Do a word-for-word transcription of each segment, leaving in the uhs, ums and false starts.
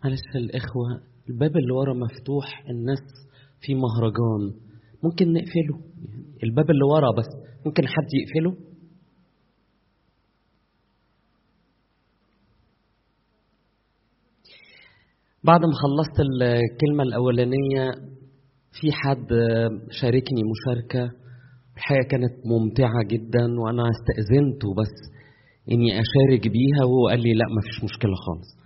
معلش الإخوة، الباب اللي ورا مفتوح، الناس في مهرجان، ممكن نقفله؟ يعني الباب اللي ورا بس ممكن حد يقفله؟ بعد ما خلصت الكلمة الأولانية في حد شاركني مشاركة، الحقيقة كانت ممتعة جدا، وأنا استأذنته بس إني أشارك بيها، وهو قال لي لا مفيش مشكلة خالص.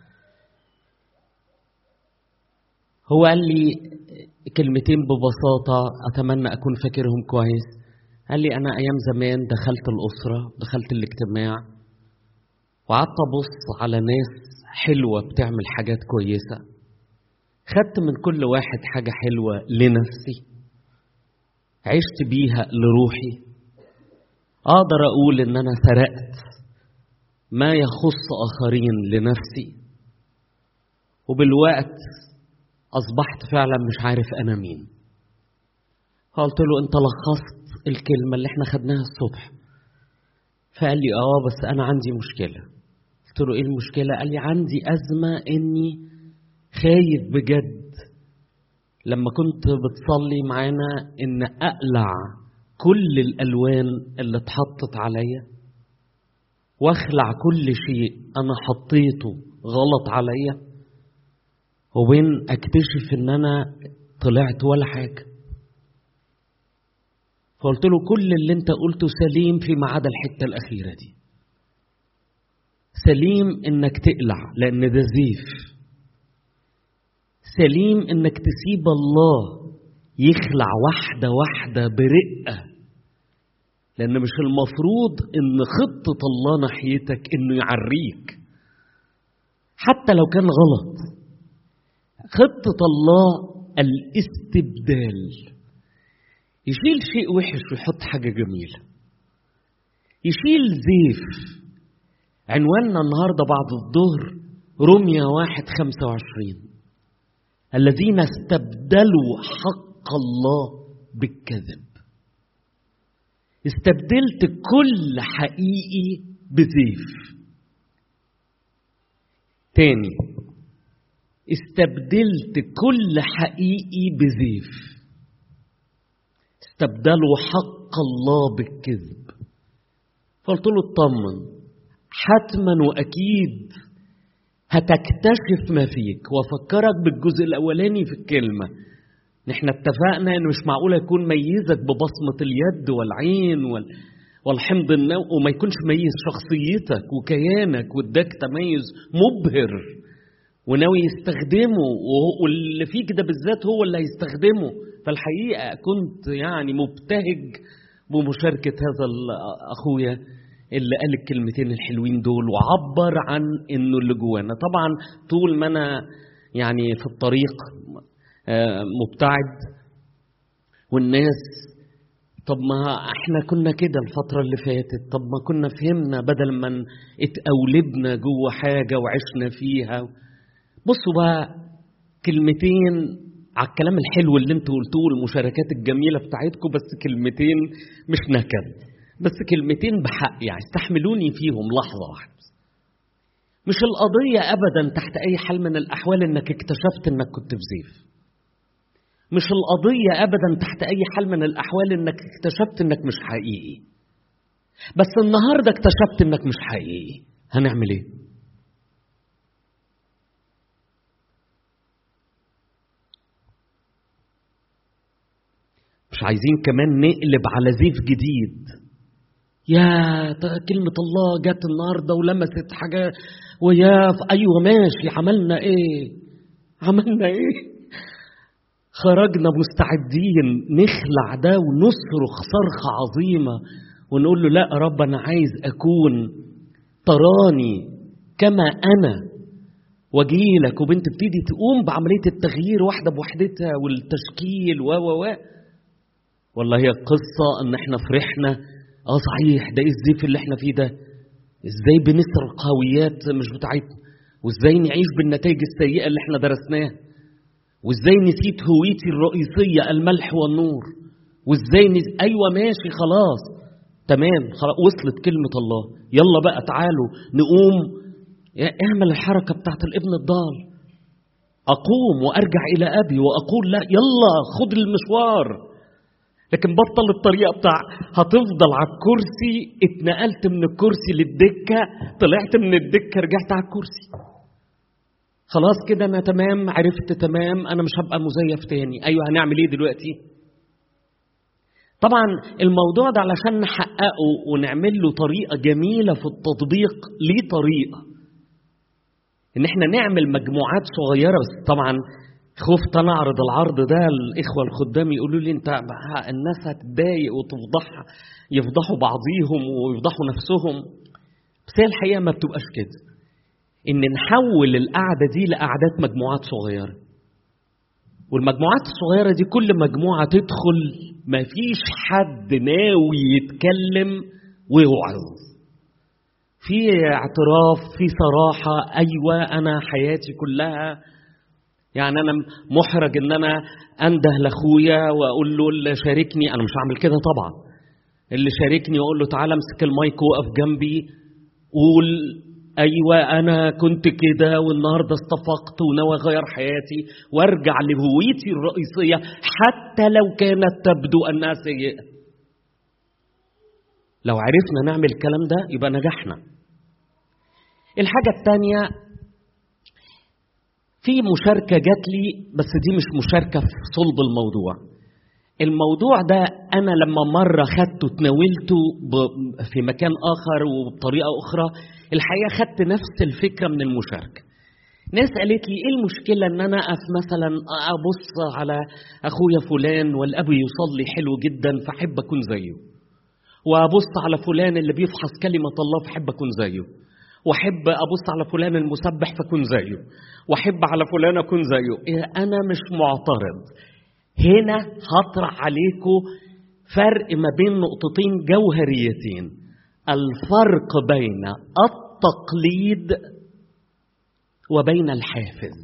هو قال لي كلمتين ببساطة أتمنى أكون فاكرهم كويس. قال لي أنا أيام زمان دخلت الأسرة، دخلت الاجتماع، وقعدت أبص على ناس حلوة بتعمل حاجات كويسة، خدت من كل واحد حاجة حلوة لنفسي، عشت بيها لروحي. أقدر أقول إن أنا سرقت ما يخص آخرين لنفسي، وبالوقت أصبحت فعلا مش عارف أنا مين. قلت له أنت لخصت الكلمة اللي احنا خدناها الصبح. فقال لي آه بس أنا عندي مشكلة. قلت له إيه المشكلة؟ قال لي عندي أزمة إني خايف بجد لما كنت بتصلي معانا إن أقلع كل الألوان اللي اتحطت عليا، واخلع كل شيء أنا حطيته غلط عليا، وبين أكتشف إن أنا طلعت ولا حاجة. فقلت له كل اللي أنت قلته سليم فيما عدا الحتة الأخيرة دي. سليم إنك تقلع لأن ده زيف، سليم إنك تسيب الله يخلع واحدة واحدة برقة، لأن مش المفروض إن خطة الله ناحيتك إنه يعريك حتى لو كان غلط. خطة الله الاستبدال، يشيل شيء وحش ويحط حاجة جميلة، يشيل زيف. عنواننا النهاردة بعد الظهر رمية واحد خمسة وعشرين، الذين استبدلوا حق الله بالكذب. استبدلت كل حقيقي بزيف. تاني، استبدلت كل حقيقي بزيف. استبدلوا حق الله بالكذب. فقلت له اطمن، حتما وأكيد هتكتشف ما فيك. وافكرك بالجزء الأولاني في الكلمة، نحن اتفقنا انه مش معقول يكون ميزك ببصمة اليد والعين والحمض النووي وما يكونش ميز شخصيتك وكيانك، واداك تميز مبهر وناوي يستخدمه، واللي فيك ده بالذات هو اللي هيستخدمه. فالحقيقة كنت يعني مبتهج بمشاركة هذا أخويا اللي قال الكلمتين الحلوين دول وعبر عن إنه اللي جوانا. طبعا طول ما أنا يعني في الطريق مبتعد والناس، طب ما احنا كنا كده الفترة اللي فاتت، طب ما كنا فهمنا بدل ما اتقولبنا جوه حاجة وعشنا فيها. بصوا بقى كلمتين على الكلام الحلو اللي انتوا قلتوه، المشاركات الجميلة بتاعتكم، بس كلمتين مش نكد، بس كلمتين بحق، يعني استحملوني فيهم لحظة واحدة. مش القضية أبدا تحت أي حال من الأحوال إنك اكتشفت إنك كنت في زيف. مش القضية أبدا تحت أي حال من الأحوال إنك اكتشفت إنك مش حقيقي. بس النهاردة اكتشفت إنك مش حقيقي، هنعمل إيه؟ مش عايزين كمان نقلب على زيف جديد. يا كلمة الله جت النهاردة ولمست حاجة، ويا أيوة ماشي، عملنا إيه؟ عملنا إيه؟ خرجنا مستعدين نخلع ده ونصرخ صرخة عظيمة ونقول له لا رب أنا عايز أكون تراني كما أنا وجيلك. وبنت بتبتدي تقوم بعملية التغيير واحدة بوحدتها والتشكيل و و و والله هي القصة ان احنا فرحنا. اه صحيح، ده ايه الزيف اللي احنا فيه ده؟ ازاي بنسرق هويات مش بتاعتنا؟ وازاي نعيش بالنتائج السيئة اللي احنا درسناها؟ وازاي نسيت هويتي الرئيسية الملح والنور؟ وازاي نز... ايوه ماشي خلاص تمام، خلاص وصلت كلمة الله، يلا بقى تعالوا نقوم اعمل الحركة بتاعت الابن الضال. أقوم وأرجع إلى أبي وأقول لا يلا خد المشوار. لكن بطل الطريقة بتاع هتفضل على الكرسي، اتنقلت من الكرسي للدكة، طلعت من الدكة رجعت على الكرسي، خلاص كده أنا تمام، عرفت تمام، أنا مش هبقى مزيف تاني. أيوة هنعمل إيه دلوقتي؟ طبعا الموضوع ده علشان نحققه ونعمل له طريقة جميلة في التطبيق، ليه طريقة إن احنا نعمل مجموعات صغيرة. بس طبعا خفت أنا أعرض العرض ده الإخوة الخدام يقولوا لي أنت الناس هتضايق وتفضح، يفضحوا بعضيهم ويفضحوا نفسهم. بس هي الحقيقة ما بتبقاش كده، إن نحول القعدة دي لقعدات مجموعات صغيرة، والمجموعات الصغيرة دي كل مجموعة تدخل ما فيش حد ناوي يتكلم ويوعظ، في اعتراف، في صراحة. أيوة أنا حياتي كلها يعني أنا محرج إن أنا أنده لأخويا وأقول له اللي شاركني، أنا مش هعمل كده طبعا، اللي شاركني وأقول له تعالى امسك المايك وقف جنبي قول أيوة أنا كنت كده والنهاردة استفقت وناوي أغير حياتي وأرجع لهويتي الرئيسية حتى لو كانت تبدو أنها سيئة. لو عرفنا نعمل الكلام ده يبقى نجحنا. الحاجة الثانية، في مشاركة جات لي بس دي مش مشاركة في صلب الموضوع. الموضوع ده أنا لما مرة خدته تناولته في مكان آخر وبطريقة أخرى، الحقيقة خدت نفس الفكرة من المشاركة. ناس قالت لي إيه المشكلة إن أنا أقف مثلا أبص على أخويا فلان والأب يصلي حلو جدا فحب أكون زيه، وأبص على فلان اللي بيفحص كلمة الله فحب أكون زيه، وأحب أبص على فلان المسبح فأكون زيه، وأحب على فلان أكون زيه. إيه أنا مش معترض. هنا هطرح عليكم فرق ما بين نقطتين جوهريتين، الفرق بين التقليد وبين الحافز.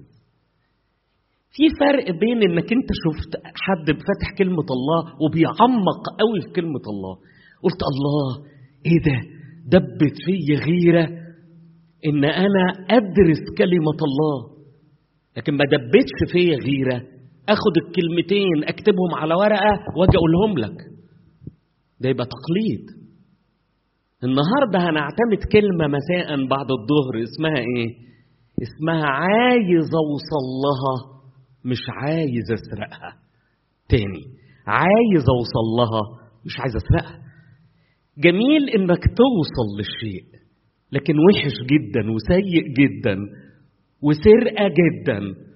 في فرق بين انك انت شفت حد بفتح كلمة الله وبيعمق قوي في كلمة الله، قلت الله ايه ده، دبت في غيرة ان انا ادرس كلمة الله، لكن ما دبتش في غيرة اخد الكلمتين اكتبهم على ورقة واجي اقولهم لك. ده يبقى تقليد. النهاردة هنعتمد كلمة مساء بعد الظهر اسمها ايه؟ اسمها عايز اوصل لها مش عايز اسرقها. تاني، عايز اوصل لها مش عايز اسرقها. جميل انك توصل للشيء، لكن وحش جدا وسيء جدا وسرقة جدا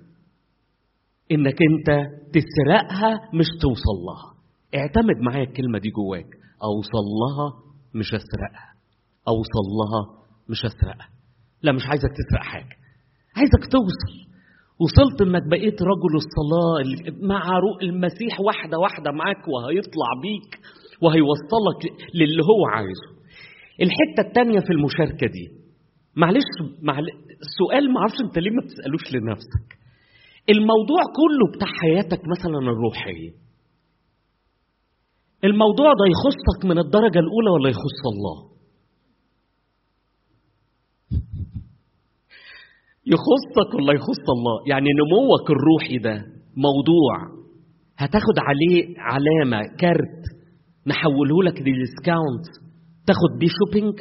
انك انت تسرقها مش توصل لها. اعتمد معايا الكلمة دي جواك، اوصل لها مش اسرقها، اوصل لها مش اسرقها. لا مش عايزك تسرق حاجة، عايزك توصل. وصلت انك بقيت رجل الصلاة مع روح المسيح واحدة واحدة معاك، وهيطلع بيك وهيوصلك للي هو عايزه. الحتة التانية في المشاركة دي، معلش معلش السؤال معرفش انت ليه ما بتسألوش لنفسك. الموضوع كله بتاع حياتك مثلا الروحية، الموضوع ده يخصك من الدرجة الأولى ولا يخص الله؟ يخصك ولا يخص الله؟ يعني نموك الروحي ده موضوع هتاخد عليه علامة كارت نحوله لك ديسكاونت تاخد بيه شوبينج؟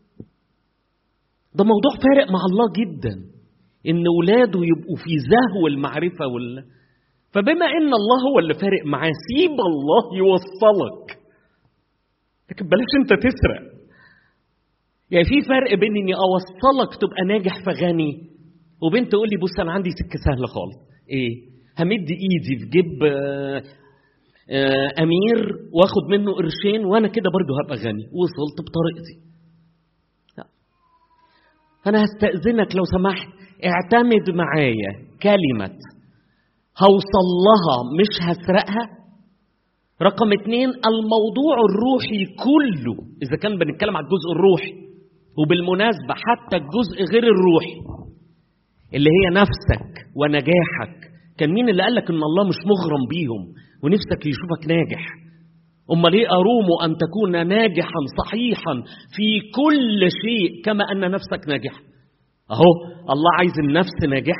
ده موضوع فارق مع الله جدا، ان اولاده يبقوا في زهو المعرفة وال... فبما ان الله هو اللي فارق معاه، سيب الله يوصلك، لكن بلاش انت تسرق. يعني في فرق بين اني اوصلك تبقى ناجح فغني، وبنت تقول لي بص انا عندي سكه سهله خالص، ايه؟ همد ايدي في جيب آآ آآ امير واخد منه قرشين وانا كده برضه هبقى غني، وصلت بطريقتي. لا. انا هستأذنك لو سمحت اعتمد معايا كلمه هوصل لها مش هسرقها. رقم اتنين، الموضوع الروحي كله اذا كان بنتكلم على الجزء الروحي، وبالمناسبه حتى الجزء غير الروحي اللي هي نفسك ونجاحك، كان مين اللي قالك ان الله مش مغرم بيهم ونفسك يشوفك ناجح؟ امال ليه اروم ان تكون ناجحا صحيحا في كل شيء كما ان نفسك ناجحه؟ اهو الله عايز النفس ناجحه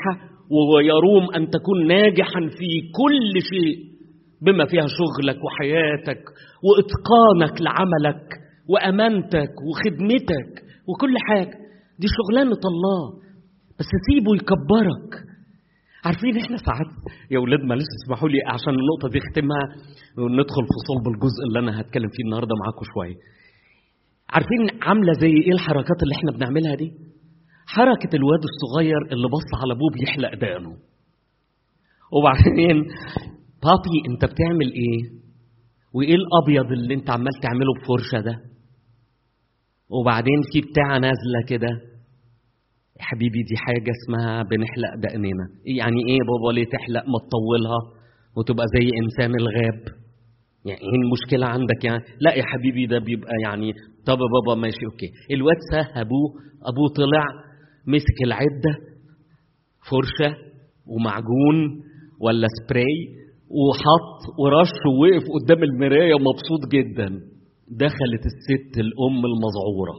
ويروم أن تكون ناجحا في كل شيء بما فيها شغلك وحياتك وإتقانك لعملك وأمانتك وخدمتك وكل حاجة. دي شغلانة الله، بس سيبه يكبرك. عارفين احنا ساعات يا ولاد، معلش اسمحوا لي عشان النقطة دي اختمها وندخل في صلب الجزء اللي أنا هتكلم فيه النهاردة معاكم شوية. عارفين عاملة زي ايه الحركات اللي احنا بنعملها دي؟ حركة الواد الصغير اللي بص على ابوه بيحلق دقنه، وبعدين بابي انت بتعمل ايه؟ وايه الابيض اللي انت عمال تعمله بفرشة ده؟ وبعدين في بتاعة نازلة كده، يا حبيبي دي حاجة اسمها بنحلق دقننا. يعني ايه بابا ليه تحلق؟ ما تطولها وتبقى زي انسان الغاب. يعني ايه المشكلة عندك يعني؟ لا يا حبيبي ده بيبقى يعني طب بابا ماشي اوكي. الواد سه ابوه، ابوه طلع مسك العدة فرشة ومعجون ولا سبراي وحط ورش ووقف قدام المراية مبسوط جدا. دخلت الست الام المذعورة،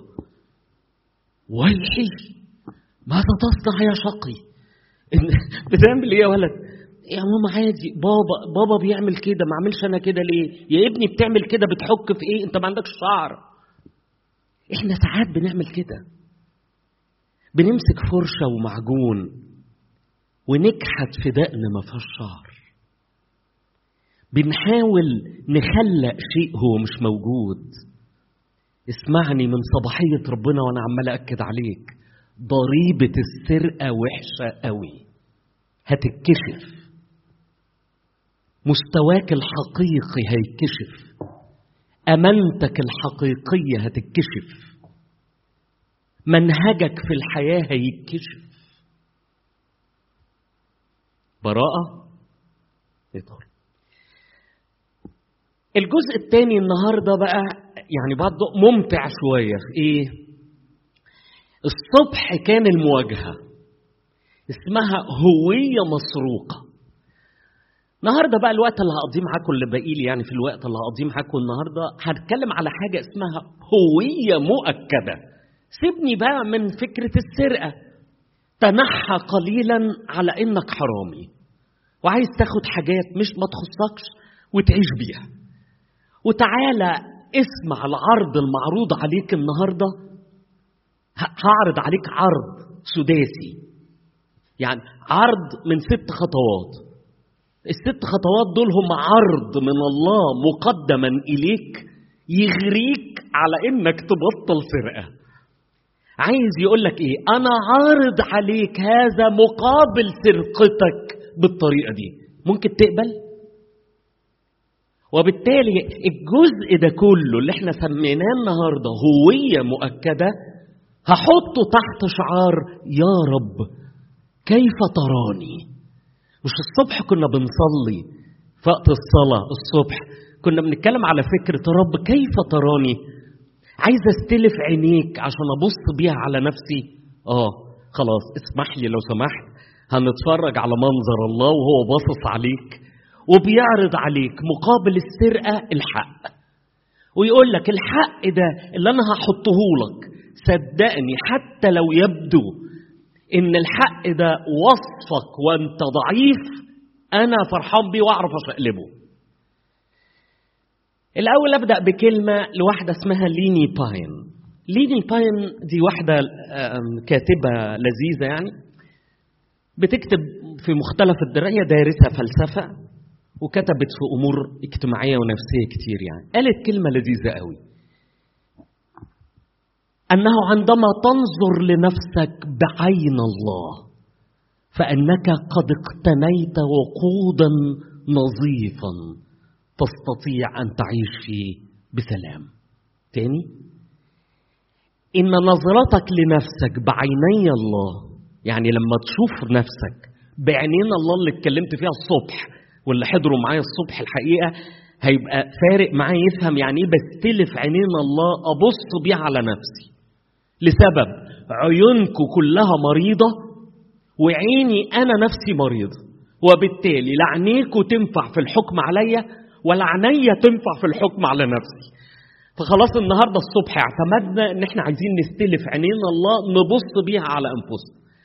ويحي ماذا تصنع يا شقي؟ بتعمل ايه يا ولد؟ يا ماما عادي، بابا بابا بيعمل كده، ما اعملش انا كده ليه؟ يا ابني بتعمل كده بتحك في ايه؟ انت ما عندكش شعر. احنا ساعات بنعمل كده، بنمسك فرشة ومعجون ونكحت في دقن ما فيهاش شعر، بنحاول نخلق شيء هو مش موجود. اسمعني من صباحية ربنا وانا عمال اكد عليك، ضريبة السرقة وحشة قوي، هتتكشف. مستواك الحقيقي هيتكشف، أمانتك الحقيقية هتتكشف، منهجك في الحياة هيتكشف. براءة يدخل. الجزء الثاني النهاردة بقى يعني برضه ممتع شوية في إيه؟ الصبح كان المواجهة اسمها هوية مسروقة. النهاردة بقى الوقت اللي هقضيه معاكم اللي باقي لي يعني في الوقت اللي هقضيه معاكم النهاردة هنتكلم على حاجة اسمها هوية مؤكدة. سيبني بقى من فكرة السرقة، تنحى قليلا على إنك حرامي وعايز تاخد حاجات مش ما تخصكش وتعيش بيها. وتعالى اسمع العرض المعروض عليك النهاردة. هعرض عليك عرض سداسي، يعني عرض من ست خطوات. الست خطوات دول هم عرض من الله مقدما إليك يغريك على إنك تبطل سرقة. عايز يقولك إيه؟ أنا عارض عليك هذا مقابل سرقتك بالطريقة دي، ممكن تقبل؟ وبالتالي الجزء ده كله اللي احنا سميناه النهاردة هوية مؤكدة هحطه تحت شعار يا رب كيف تراني. مش الصبح كنا بنصلي في وقت الصلاة الصبح كنا بنتكلم على فكرة رب كيف تراني؟ عايز استلف عينيك عشان ابص بيها على نفسي. اه خلاص اسمح لي لو سمحت، هنتفرج على منظر الله وهو باصص عليك وبيعرض عليك مقابل السرقة الحق، ويقول لك الحق ده اللي انا هحطه لك صدقني حتى لو يبدو ان الحق ده وصفك وانت ضعيف انا فرحان بيه واعرف اشقلبه. الاول ابدا بكلمه لواحده اسمها ليني باين. ليني باين دي واحده كاتبه لذيذه يعني، بتكتب في مختلف الدرايه، دارسه فلسفه وكتبت في امور اجتماعيه ونفسيه كتير يعني. قالت كلمه لذيذه قوي، أنه عندما تنظر لنفسك بعين الله فإنك قد اقتنيت وقودا نظيفا تستطيع أن تعيش فيه بسلام. تاني، إن نظرتك لنفسك بعيني الله، يعني لما تشوف نفسك بعينين الله اللي اتكلمت فيها الصبح واللي حضروا معايا الصبح الحقيقة هيبقى فارق معايا يفهم يعني ايه بستلف عينين الله أبص بيها على نفسي. لسبب عيونكم كلها مريضة وعيني أنا نفسي مريضة، وبالتالي لا عينيكم تنفع في الحكم عليا ولا عينيا تنفع في الحكم على نفسي. فخلاص النهاردة الصبح اعتمدنا ان احنا عايزين نستلف عينين الله نبص بيها على أنفسنا.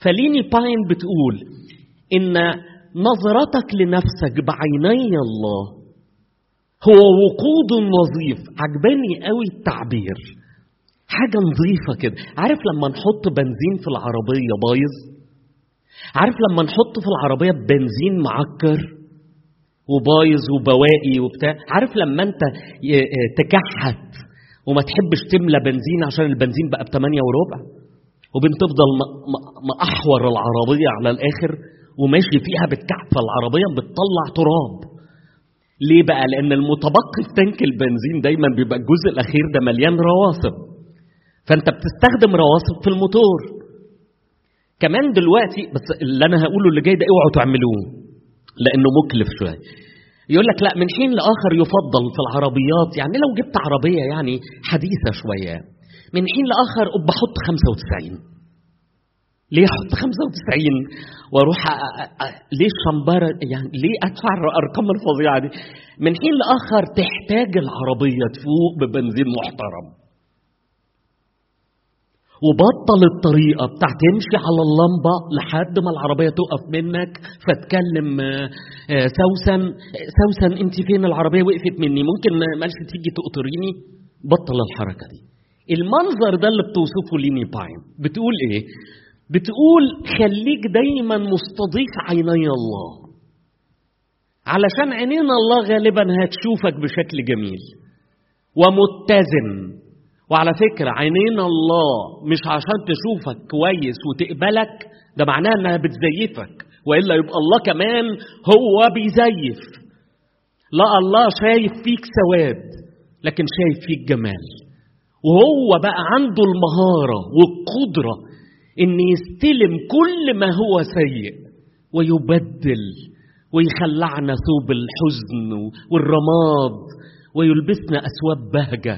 فليني باين بتقول إن نظرتك لنفسك بعيني الله هو وقود نظيف. عجباني قوي التعبير، حاجة نظيفة كده. عارف لما نحط بنزين في العربية بايظ؟ عارف لما نحط في العربية بنزين معكر وبايظ وبواقي وبتاع؟ عارف لما انت تكحت وما تحبش تملى بنزين عشان البنزين بقى بثمانية وربع وبنتفضل مأحور العربية على الآخر وماشي فيها بتكحت، فالعربية بتطلع تراب. ليه بقى؟ لأن المتبقي في تانك البنزين دايما بيبقى الجزء الأخير ده مليان رواسب، فأنت بتستخدم رواسب في الموتور. كمان دلوقتي بس اللي أنا هقوله اللي جاي ده اوعوا تعملوه لأنه مكلف شوية. يقول لك لا، من حين لآخر يفضل في العربيات، يعني لو جبت عربية يعني حديثة شوية من حين لآخر أبقى أحط خمسة وتسعين. ليه أحط خمسة وتسعين وأروح أ... أ... ليه الشمبرة؟ يعني ليه أدفع الأرقام الفظيعة دي؟ من حين لآخر تحتاج العربية تفوق ببنزين محترم. وبطل الطريقة بتاعت تمشي على اللمبة لحد ما العربية تقف منك فتكلم سوسن سوسن انت فين؟ العربية وقفت مني، ممكن مالش تيجي تقطريني؟ بطل الحركة دي. المنظر ده اللي بتوصفه ليني باين بتقول ايه؟ بتقول خليك دايما مستضيف عيني الله، علشان عينين الله غالبا هتشوفك بشكل جميل ومتزن. وعلى فكرة عينين الله مش عشان تشوفك كويس وتقبلك، ده معناه انها بتزيفك، وإلا يبقى الله كمان هو بيزيف. لا، الله شايف فيك سواد لكن شايف فيك جمال، وهو بقى عنده المهارة والقدرة ان يستلم كل ما هو سيء ويبدل ويخلعنا ثوب الحزن والرماد ويلبسنا أثواب بهجة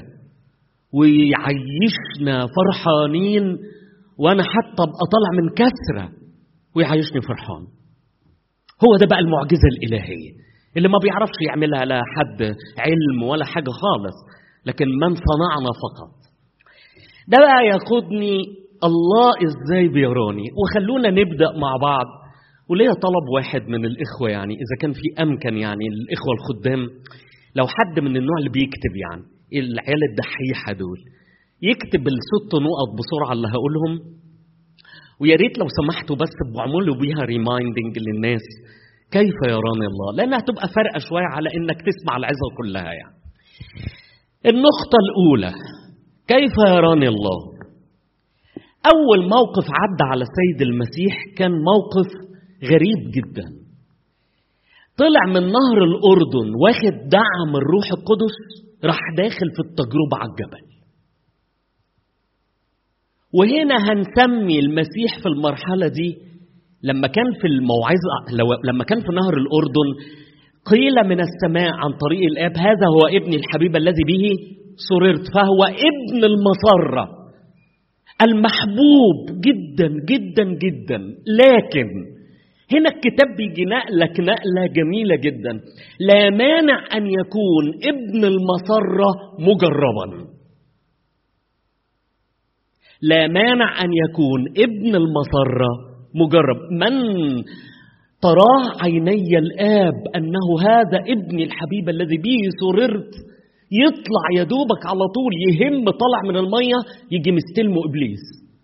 ويعيشنا فرحانين، وانا حتى ابقى طالع من كسرة ويعيشني فرحان. هو ده بقى المعجزة الإلهية اللي ما بيعرفش يعملها لا حد علم ولا حاجة خالص، لكن من صنعنا فقط. ده بقى ياخدني الله ازاي بيراني. وخلونا نبدأ مع بعض. وليه طلب واحد من الإخوة، يعني إذا كان في أمكن يعني الإخوة الخدام، لو حد من النوع اللي بيكتب يعني العيال الدحيحة دول يكتب الست نقط بسرعة اللي هقولهم، ويا ريت لو سمحتوا بس بعملوا بيها ريمايندنج للناس كيف يراني الله، لأنها هتبقى فرقة شوية على إنك تسمع العظة كلها. يعني النقطة الأولى، كيف يراني الله. أول موقف عدى على السيد المسيح كان موقف غريب جدا. طلع من نهر الأردن واخد دعم الروح القدس، راح داخل في التجربة على الجبل. وهنا هنسمي المسيح في المرحلة دي لما كان في الموعظة، لما كان في نهر الأردن قيل من السماء عن طريق الآب هذا هو ابني الحبيب الذي به سررت، فهو ابن المسرة المحبوب جدا جدا جدا. لكن هنا الكتاب بيجي نقلك نقلة جميلة جدا، لا مانع أن يكون ابن المسرة مجربا. لا مانع أن يكون ابن المسرة مجرب. من تراه عيني الآب أنه هذا ابني الحبيب الذي به سررت، يطلع يدوبك على طول يهم طلع من المية يجي مستلمه إبليس.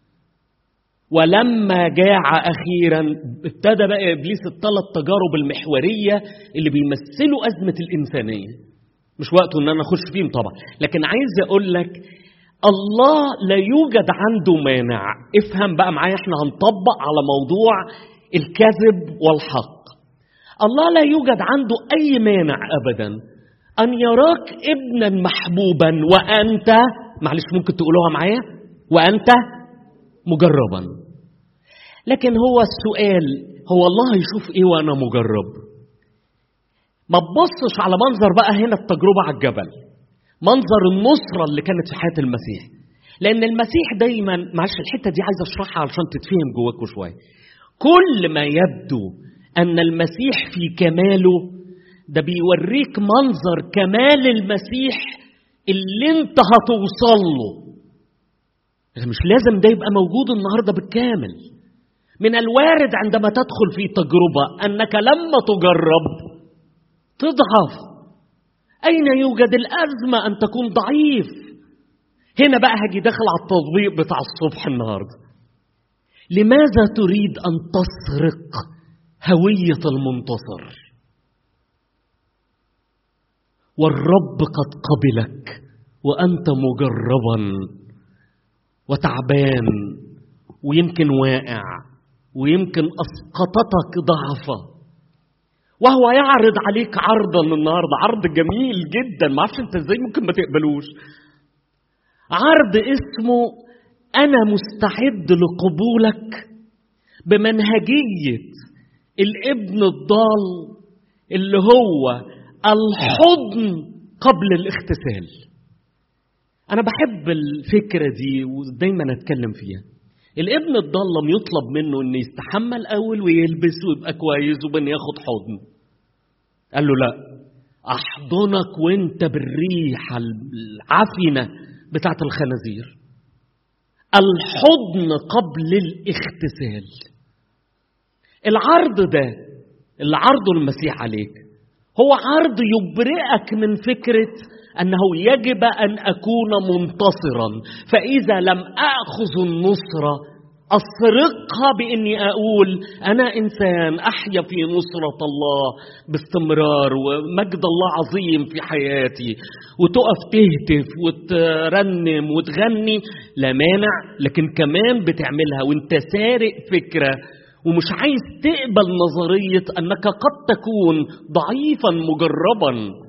ولما جاع أخيرا ابتدى بقى إبليس الثلاث تجارب المحورية اللي بيمثلوا أزمة الإنسانية. مش وقته أن أنا أخش فيهم طبعا، لكن عايز أقول لك الله لا يوجد عنده مانع. افهم بقى معايا، احنا هنطبق على موضوع الكذب والحق. الله لا يوجد عنده أي مانع أبدا أن يراك ابنا محبوبا وأنت، معلش ممكن تقولوها معايا، وأنت مجربا. لكن هو السؤال، هو الله يشوف ايه وانا مجرب؟ ما تبصش على منظر بقى هنا التجربة على الجبل، منظر النصرة اللي كانت في حياة المسيح. لأن المسيح دايما، معلش الحتة دي عايز أشرحها علشان تتفهم جواكوا شوية. كل ما يبدو أن المسيح في كماله ده بيوريك منظر كمال المسيح اللي انت هتوصل له. مش لازم ده يبقى موجود النهاردة بالكامل، من الوارد عندما تدخل في تجربة أنك لما تجرب تضعف. أين يوجد الأزمة أن تكون ضعيف؟ هنا بقى هاجي داخل على التطبيق بتاع الصبح النهاردة. لماذا تريد أن تسرق هوية المنتصر والرب قد قبلك وأنت مجربا وتعبان ويمكن واقع ويمكن أسقطتك ضعفة، وهو يعرض عليك عرضا النهاردة، عرض جميل جدا، ما عارفش انت ازاي ممكن ما تقبلوش. عرض اسمه أنا مستعد لقبولك بمنهجية الابن الضال اللي هو الحضن قبل الاغتسال. أنا بحب الفكرة دي ودايما أتكلم فيها. الابن الضال لم يطلب منه أن يستحمى الأول ويلبس ويبقى كويس وبن ياخد حضن. قال له لا، أحضنك وانت بالريحة العفنة بتاعت الخنازير. الحضن قبل الاغتسال. العرض ده اللي عرضه المسيح عليك هو عرض يبرئك من فكرة أنه يجب أن أكون منتصرا، فإذا لم أخذ النصرة أسرقها بإني أقول أنا إنسان أحيا في نصرة الله باستمرار ومجد الله عظيم في حياتي، وتقف تهتف وترنم وتغني، لا مانع، لكن كمان بتعملها وانت سارق فكرة ومش عايز تقبل نظرية أنك قد تكون ضعيفا مجربا.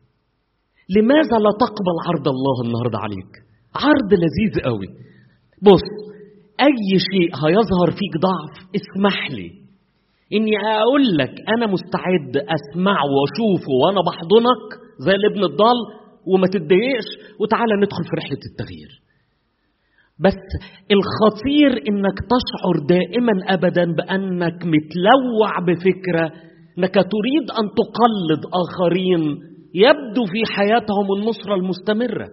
لماذا لا تقبل عرض الله النهاردة عليك؟ عرض لذيذ قوي. بص، أي شيء هيظهر فيك ضعف اسمح لي إني أقول لك أنا مستعد أسمعه وأشوفه وأنا بحضنك زي الابن الضال، وما تتضايقش وتعالى ندخل في رحلة التغيير. بس الخطير إنك تشعر دائما أبدا بأنك متلوع بفكرة أنك تريد أن تقلد آخرين يبدو في حياتهم النصرة المستمرة.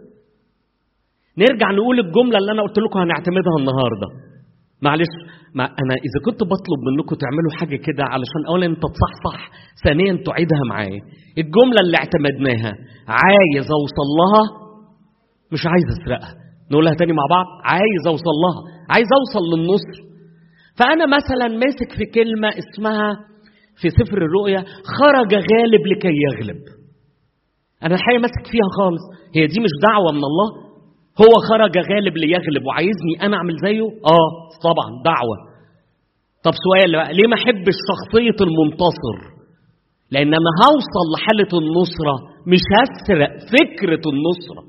نرجع نقول الجملة اللي أنا قلت لكم هنعتمدها النهاردة. معلش، ما أنا إذا كنت بطلب منكم تعملوا حاجة كده علشان أولا أنت تصحصح، ثانيا تعيدها معايا. الجملة اللي اعتمدناها عايز أوصل لها مش عايز أسرقها. نقولها تاني مع بعض، عايز أوصل لها، عايز أوصل للنصر. فأنا مثلا ماسك في كلمة اسمها في سفر الرؤيا خرج غالب لكي يغلب. أنا الحقيقة ماسك فيها خالص. هي دي مش دعوة من الله؟ هو خرج غالب ليغلب وعايزني أنا أعمل زيه؟ آه طبعا دعوة. طب سؤال بقى، ليه ما أحبش شخصية المنتصر؟ لأن أنا هوصل لحالة النصرة مش هسرق فكرة النصرة.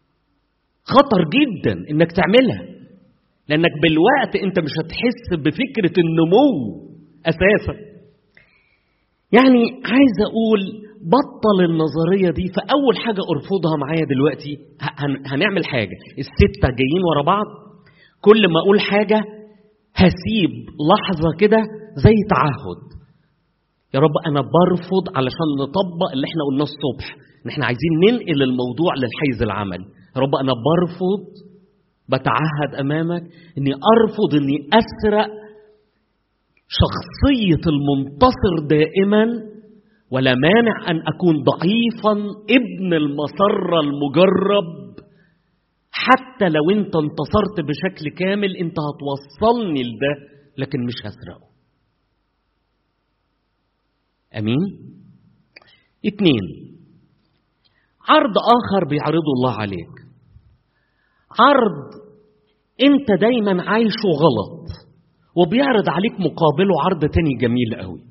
خطر جدا إنك تعملها، لأنك بالوقت أنت مش هتحس بفكرة النمو أساسا. يعني عايز أقول بطل النظرية دي. فأول حاجة أرفضها معايا دلوقتي، هنعمل حاجة، الستة جايين ورا بعض، كل ما أقول حاجة هسيب لحظة كده زي تعهد. يا رب أنا برفض علشان نطبق اللي احنا قلناه الصبح، ان احنا عايزين ننقل الموضوع للحيز العملي. يا رب أنا برفض، بتعهد أمامك أني أرفض أني أسرق شخصية المنتصر دائما، ولا مانع أن أكون ضعيفا ابن المسرة المجرب. حتى لو أنت انتصرت بشكل كامل أنت هتوصلني لده، لكن مش هسرقه. أمين؟ اتنين، عرض آخر بيعرضه الله عليك، عرض أنت دايما عايشه غلط وبيعرض عليك مقابله عرض تاني جميل قوي.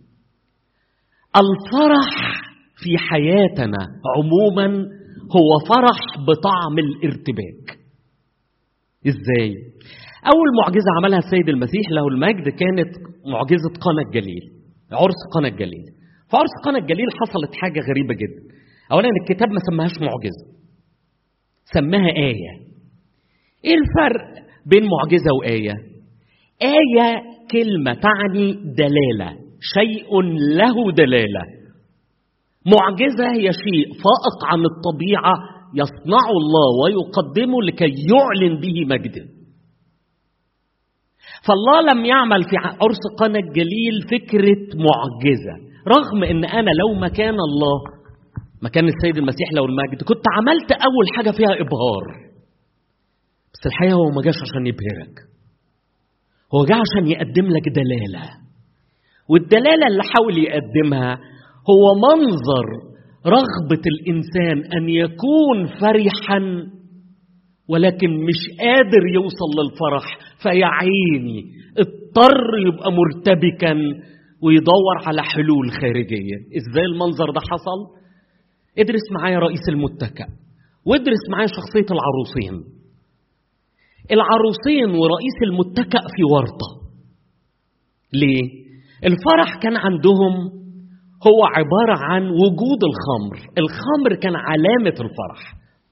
الفرح في حياتنا عموما هو فرح بطعم الارتباك. ازاي؟ اول معجزة عملها السيد المسيح له المجد كانت معجزة قنا الجليل، عرس قنا الجليل. في عرس قنا الجليل حصلت حاجة غريبة جدا. اولا الكتاب ما سماهاش معجزة، سماها آية. ايه الفرق بين معجزة وآية؟ آية كلمة تعني دلالة، شيء له دلالة. معجزة هي شيء فائق عن الطبيعة يصنعه الله ويقدمه لكي يعلن به مجده. فالله لم يعمل في عرس قانا الجليل فكرة معجزة، رغم ان انا لو مكان الله، مكان السيد المسيح لو المجد، كنت عملت اول حاجة فيها ابهار. بس الحقيقة هو ما جاش عشان يبهرك، هو جاء عشان يقدم لك دلالة، والدلالة اللي حاول يقدمها هو منظر رغبة الإنسان أن يكون فرحا ولكن مش قادر يوصل للفرح، فيا عيني اضطر يبقى مرتبكا ويدور على حلول خارجية. إزاي المنظر ده حصل؟ ادرس معايا رئيس المتكأ، وادرس معايا شخصية العروسين. العروسين ورئيس المتكأ في ورطة. ليه؟ الفرح كان عندهم هو عبارة عن وجود الخمر، الخمر كان علامة الفرح.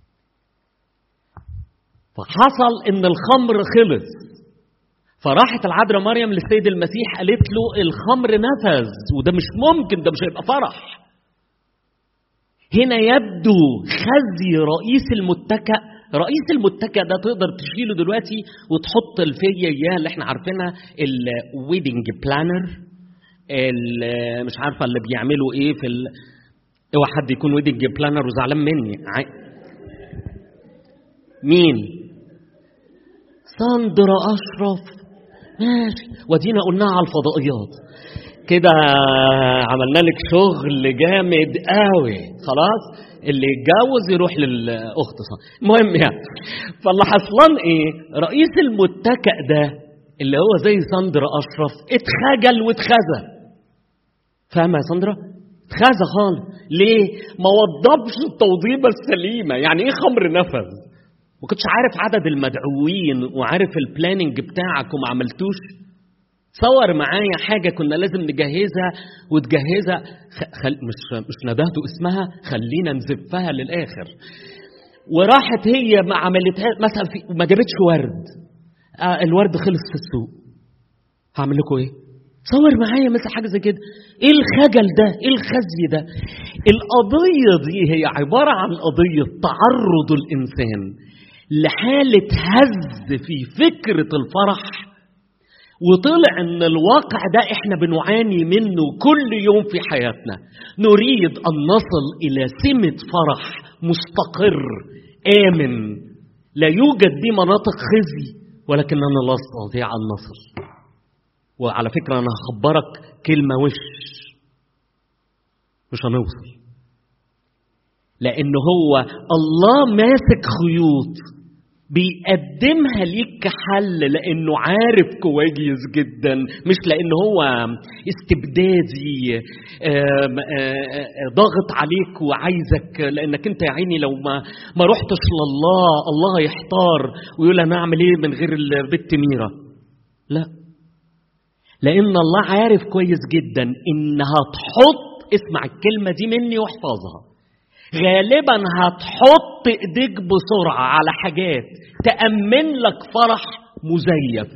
فحصل ان الخمر خلص، فراحت العذراء مريم للسيد المسيح قالت له الخمر نفذ، وده مش ممكن، ده مش هيبقى فرح. هنا يبدو خزي رئيس المتكأ. رئيس المتكأ ده تقدر تشيله دلوقتي وتحط الفيا اياه اللي احنا عارفينها، الويدنج بلانر، مش عارفه اللي بيعملوا ايه في ال... اوعى حد يكون ويدنج بلانر وزعلان مني. ع... مين؟ ساندرا اشرف، ماشي، ودينا قلناها على الفضائيات كده، عملنا لك شغل جامد قوي. خلاص اللي يتجوز يروح للاخت صح. المهم يعني، فاللي حصلان ايه؟ رئيس المتكأ ده اللي هو زي ساندرا اشرف اتخجل واتخزى. فاهمه يا ساندرا؟ اتخزى خالص. ليه؟ ما وضبش التوضيبه السليمه. يعني ايه خمر نفذ؟ ما كنتش عارف عدد المدعوين وعارف البلاننج بتاعك وما عملتوش. صور معايا حاجه كنا لازم نجهزها وتجهزها، خل... مش مش ندهته اسمها، خلينا نزفها للاخر. وراحت هي ما عملتها مثلا في... ما جابتش ورد، آه الورد خلص في السوق. هعمل لكم ايه؟ صور معايا مثل حاجه زي كده. ايه الخجل ده؟ ايه الخزي ده؟ القضيه دي هي عباره عن قضيه تعرض الانسان لحاله هز في فكره الفرح، وطلع ان الواقع ده احنا بنعاني منه كل يوم في حياتنا. نريد ان نصل الى سمة فرح مستقر آمن لا يوجد دي مناطق خزي، ولكننا لا نستطيع ان نصل. وعلى فكرة انا هخبرك كلمة وش، مش هنوصل، لان هو الله ماسك خيوط بيقدمها ليك كحل، لانه عارف كويس جدا، مش لان هو استبدادي ضاغط عليك وعايزك، لانك انت يا عيني لو ما ما رحتش لله الله يحتار ويقول انا اعمل ايه من غير البت ميرا. لا، لان الله عارف كويس جدا انها تحط، اسمع الكلمه دي مني واحفظها، غالبا هتحط ايديك بسرعة على حاجات تأمن لك فرح مزيف.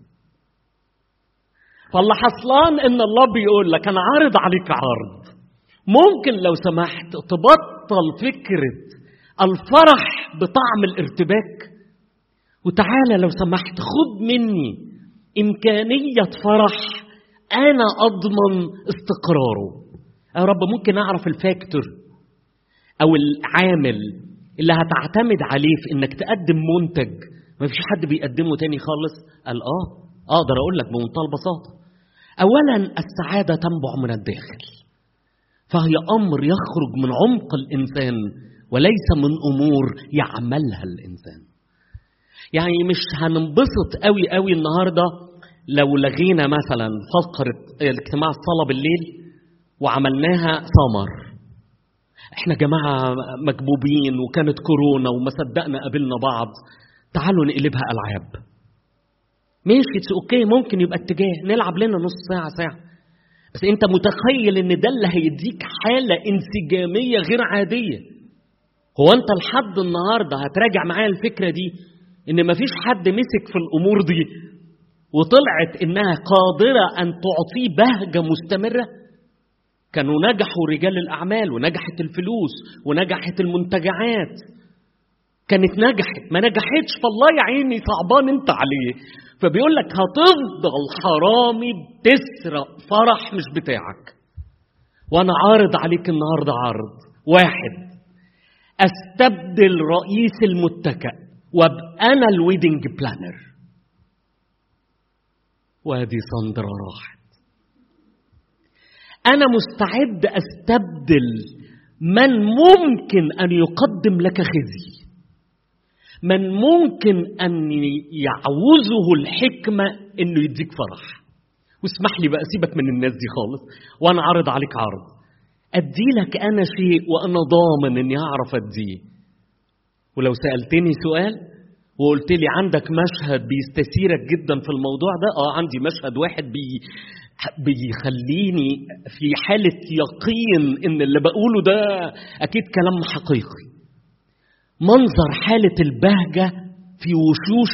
فاللي حصلان ان الله بيقول لك انا عارض عليك عرض، ممكن لو سمحت تبطل فكرة الفرح بطعم الارتباك، وتعالى لو سمحت خد مني إمكانية فرح أنا أضمن استقراره. يا رب ممكن أعرف الفاكتور أو العامل اللي هتعتمد عليه في إنك تقدم منتج ما فيش حد بيقدمه تاني خالص؟ قال آه أقدر أقول لك بمنتهى البساطة. أولا السعادة تنبع من الداخل، فهي أمر يخرج من عمق الإنسان وليس من أمور يعملها الإنسان. يعني مش هننبسط قوي قوي النهاردة لو لغينا مثلا فقرة الاجتماع الصلاة بالليل وعملناها سمر. احنا جماعة مكبوبين وكانت كورونا وما صدقنا قابلنا بعض، تعالوا نقلبها ألعاب. ماشي اوكي، ممكن يبقى اتجاه نلعب لنا نص ساعة ساعة، بس انت متخيل ان ده اللي هيديك حالة انسجامية غير عادية؟ هو انت لحد النهاردة هتراجع معايا الفكرة دي ان مفيش حد مسك في الامور دي وطلعت انها قادرة ان تعطيه بهجة مستمرة؟ كانوا نجحوا رجال الاعمال ونجحت الفلوس ونجحت المنتجعات، كانت نجحت، ما نجحتش فالله يا عيني صعبان انت عليه. فبيقول لك هتفضل حرامي بتسرق فرح مش بتاعك. وانا عارض عليك النهارده عرض واحد، استبدل رئيس المتكأ وابقى انا الويدنج بلانر. وادي ساندرا راحت. انا مستعد استبدل من ممكن ان يقدم لك خزي، من ممكن ان يعوزه الحكمه انه يديك فرح. واسمح لي بقى سيبك من الناس دي خالص، وانا عارض عليك عرض ادي لك انا شيء وانا ضامن اني اعرف اديه. ولو سالتني سؤال وقلت لي عندك مشهد بيستثيرك جدا في الموضوع ده، اه عندي مشهد واحد بي بيخليني في حاله يقين ان اللي بقوله ده اكيد كلام حقيقي. منظر حاله البهجه في وشوش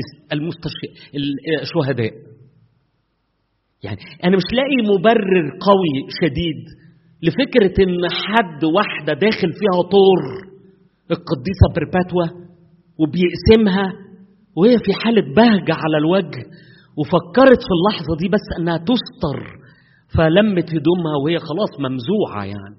الشهداء. يعني انا مش لاقي مبرر قوي شديد لفكره ان حد واحده داخل فيها طور القديسه برباتوا وبيقسمها وهي في حاله بهجه على الوجه، وفكرت في اللحظه دي بس انها تستر فلمت هدومها وهي خلاص ممزوعه. يعني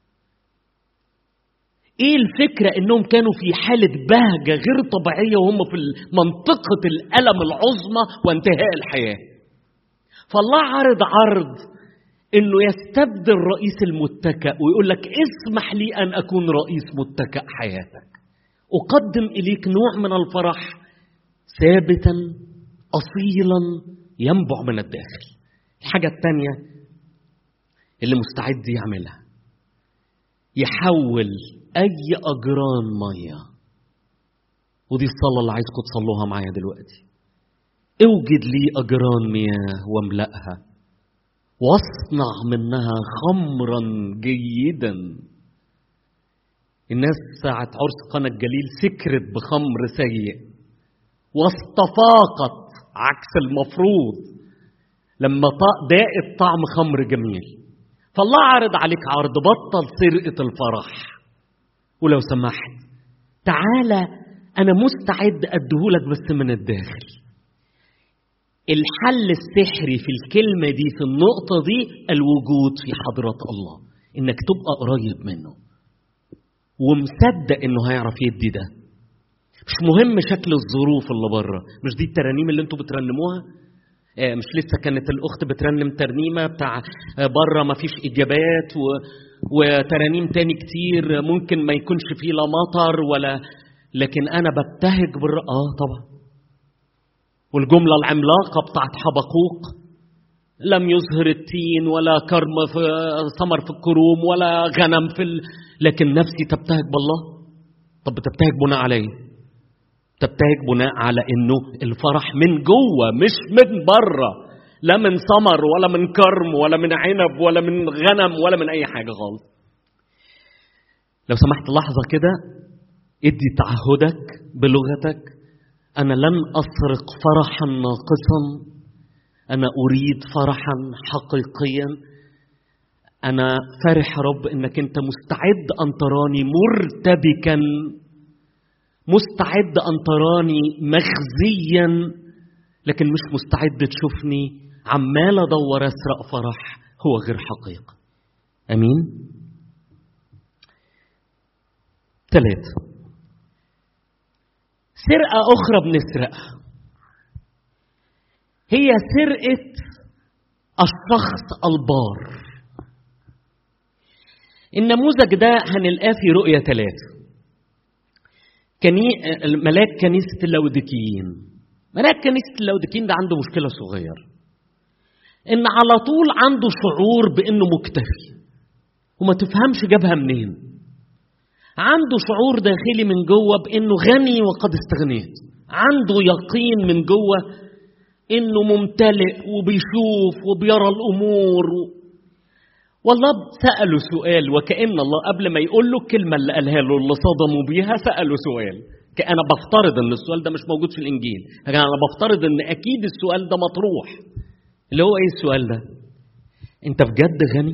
ايه الفكره انهم كانوا في حاله بهجه غير طبيعيه وهم في منطقه الالم العظمى وانتهاء الحياه. فالله عرض عرض انه يستبدل رئيس المتكأ ويقول لك اسمح لي ان اكون رئيس متكأ حياتك، اقدم اليك نوع من الفرح ثابتا اصيلا ينبع من الداخل. الحاجه الثانيه اللي مستعد يعملها، يحول اي اجران ميه، ودي الصلاه اللي عايزكم تصلوها معايا دلوقتي. اوجد لي اجران مياه واملأها واصنع منها خمرا جيدا. الناس ساعة عرس قنا الجليل سكرت بخمر سيء واستفاقت عكس المفروض لما داقت طعم خمر جميل. فالله عرض عليك عرض، بطل سرقة الفرح، ولو سمحت تعالى أنا مستعد أديهولك بس من الداخل. الحل السحري في الكلمة دي في النقطة دي الوجود في حضرة الله، إنك تبقى قريب منه ومصدق إنه هيعرف يدي ده. مش مهم شكل الظروف اللي بره. مش دي الترانيم اللي انتوا بترنموها؟ آه مش لسه كانت الأخت بترنم ترنيمة بتاع آه بره ما فيش إجابات و... وترانيم تاني كتير ممكن ما يكونش فيه لا مطر ولا، لكن أنا ببتهج بر... آه طبعا. والجملة العملاقة بتاعت حبقوق، لم يظهر التين ولا كرم في ثمر في الكروم ولا غنم في ال... لكن نفسي تبتهج بالله. طب بتبتهج بناء على ايه؟ تبتهج بناء على انه الفرح من جوه مش من بره، لا من ثمر ولا من كرم ولا من عنب ولا من غنم ولا من اي حاجة خالص. لو سمحت لحظة كده ادي تعهدك بلغتك، أنا لن أسرق فرحا ناقصا، أنا أريد فرحا حقيقيا. أنا فرح رب إنك أنت مستعد أن تراني مرتبكا، مستعد أن تراني مخزيا، لكن مش مستعد تشوفني عمال أدور أسرق فرح هو غير حقيقي. أمين. ثلاثة، سرقة أخرى بنسرقها هي سرقة الشخص البار. النموذج ده هنلقاه في رؤية ثلاثة. كني... ملاك كنيسة اللاوديكيين. ملاك كنيسة اللاوديكيين ده عنده مشكلة صغير، إن على طول عنده شعور بإنه مكتفي وما تفهمش جابها منين. عنده شعور داخلي من جوه بإنه غني وقد استغنيت، عنده يقين من جوه إنه ممتلئ وبيشوف وبيرى الأمور. والله سأله سؤال، وكأن الله قبل ما يقول له الكلمة اللي قالها له اللي صدموا بيها سأله سؤال. أنا بفترض إن السؤال ده مش موجود في الإنجيل، أنا بفترض إن أكيد السؤال ده مطروح، اللي هو إيه السؤال ده؟ أنت بجد غني؟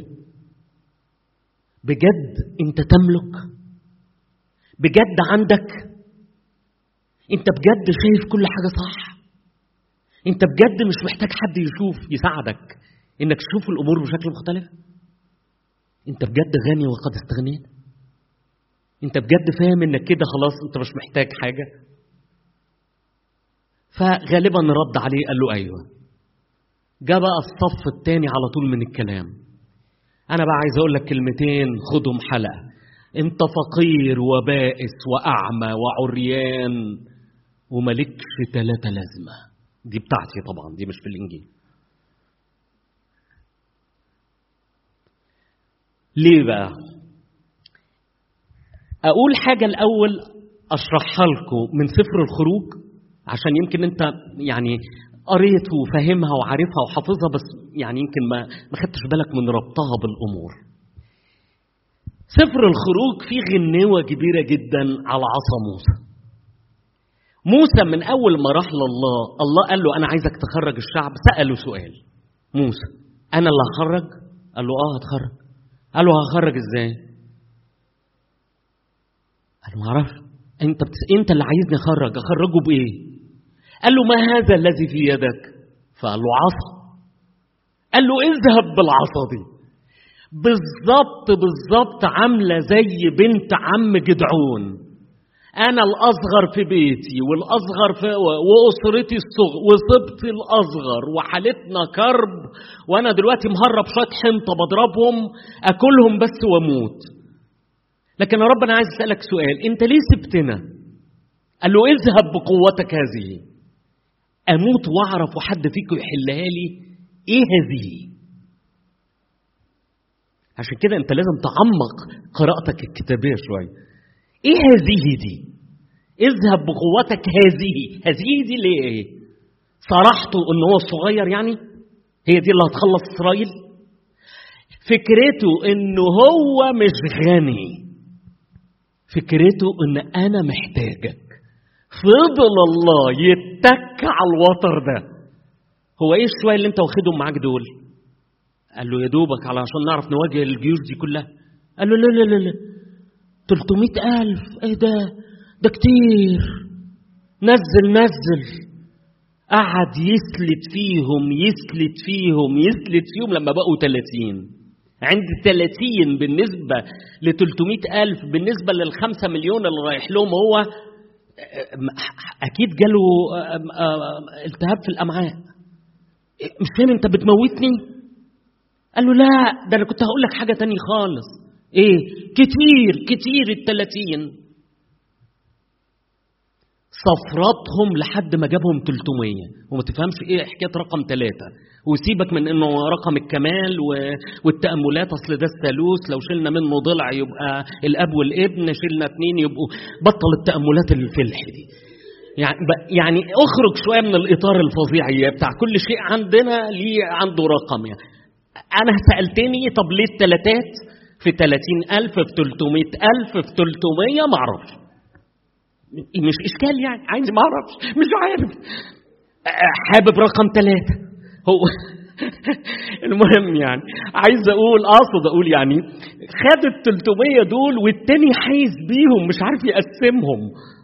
بجد أنت تملك؟ بجد عندك؟ انت بجد شايف كل حاجة صح؟ انت بجد مش محتاج حد يشوف يساعدك انك تشوف الامور بشكل مختلف؟ انت بجد غني وقد استغنيت؟ انت بجد فاهم انك كده خلاص انت مش محتاج حاجة؟ فغالبا رد عليه قال له ايوه. جاء بقى الصف الثاني على طول من الكلام. انا بقى عايز اقول لك كلمتين خدهم حلقة. انت فقير وبائس واعمى وعريان وملكش ثلاثة لازمة. دي بتاعتي طبعا، دي مش في الانجيل. ليه بقى؟ اقول حاجة الاول اشرحها لكم من سفر الخروج عشان يمكن انت يعني قريت وفهمها وعارفها وحافظها، بس يعني يمكن ما ما خدتش بالك من ربطها بالامور. سفر الخروج فيه غنوة كبيرة جدا على عصا موسى. موسى من اول ما راح لله، الله قال له انا عايزك تخرج الشعب. سأله سؤال موسى، انا اللي هخرج؟ قال له اه هتخرج. قال له هخرج ازاي؟ قال له ما اعرفش. انت بتس... انت اللي عايزني اخرج، اخرجه بايه؟ قال له ما هذا الذي في يدك؟ فقال له عصا. قال له اذهب بالعصا دي. بالظبط بالظبط عامله زي بنت عم جدعون. انا الاصغر في بيتي والاصغر في واسرتي الصغر وصبتي الاصغر وحالتنا كرب، وانا دلوقتي مهرب شويه حنطه بضربهم اكلهم بس واموت. لكن يا رب انا عايز اسالك سؤال، انت ليه سبتنا؟ قال له اذهب بقوتك هذه. اموت واعرف وحد فيكم يحلها لي ايه هذه؟ عشان كده انت لازم تعمق قراءتك الكتابيه شويه. ايه هذه دي؟ اذهب بقوتك هذه. هذه دي ليه؟ ايه صرحته ان هو صغير يعني؟ هي دي اللي هتخلص اسرائيل؟ فكرته انه هو مش غني، فكرته ان انا محتاجك. فضل الله يتك على الوتر ده. هو ايه الشويه اللي انت واخدهم معاك دول؟ قال له يا دوبك علشان نعرف نواجه الجيوش دي كلها. قال له لا لا لا لا ثلاثمائة ألف. ايه ده؟ ده كتير. نزل نزل. قعد يسلت فيهم يسلت فيهم يسلت فيهم لما بقوا ثلاثين. عند ثلاثين بالنسبة ل ثلاثمائة ألف، بالنسبة للخمسة مليون اللي رايح لهم هو أكيد جاله التهاب في الأمعاء. مش فاهم أنت بتموتني؟ قال له لا، ده أنا كنت هقول لك حاجة تانية خالص. إيه؟ كتير كتير الثلاثين. صفرتهم لحد ما جابهم ثلاثمائة، وما تفهمش ايه حكايه رقم ثلاثة. وسيبك من انه رقم الكمال والتاملات، اصل ده الثالوث، لو شلنا منه ضلع يبقى الاب والابن، شلنا اثنين يبقوا. بطل التاملات الفلح دي. يعني يعني اخرج شويه من الاطار الفظيع بتاع كل شيء عندنا ليه عنده رقم. يعني انا سالتني طب ليه الثلاثات في ثلاثين ألف في ثلاثمائة ألف في ثلاثمائة؟ ما اعرفش، مش إشكال يعني، عايز ما أعرفش، مش عارف، حابب رقم ثلاثة هو. المهم يعني عايز أقول أقصد أقول يعني خد الثلاثمائة دول والتاني حيز بيهم مش عارف يقسمهم.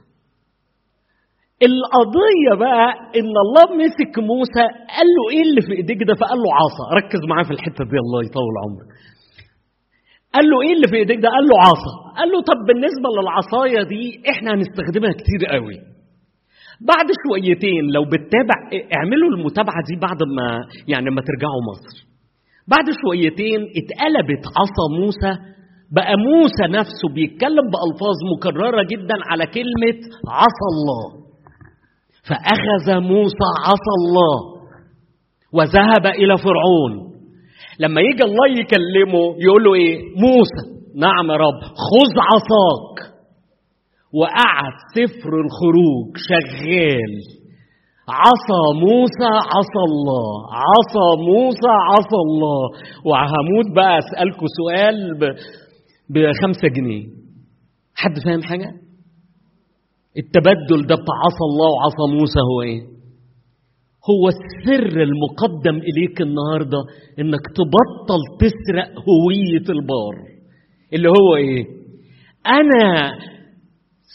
القضية بقى إن الله مسك موسى قال له إيه اللي في إيديك ده؟ فقال له عصا. ركز معاه في الحتة دي الله يطول عمرك. قال له ايه اللي في ايديك ده؟ قال له عصا. قال له طب بالنسبه للعصايه دي احنا هنستخدمها كتير قوي. بعد شويتين لو بتتابع، اعملوا المتابعه دي بعد ما يعني لما ترجعوا مصر. بعد شويتين اتقلبت عصا موسى، بقى موسى نفسه بيتكلم بالفاظ مكرره جدا على كلمه عصا الله. فاخذ موسى عصا الله وذهب الى فرعون. لما يجي الله يكلمه يقول له ايه؟ موسى نعم يا رب، خذ عصاك. وقعد سفر الخروج شغال عصا موسى عصا الله، عصا موسى عصا الله. وهموت بقى اسالكم سؤال بخمسة جنيه. حد فاهم حاجه؟ التبدل ده بتاع عصا الله وعصا موسى هو ايه؟ هو السر المقدم إليك النهاردة إنك تبطل تسرق هوية البار. اللي هو إيه؟ أنا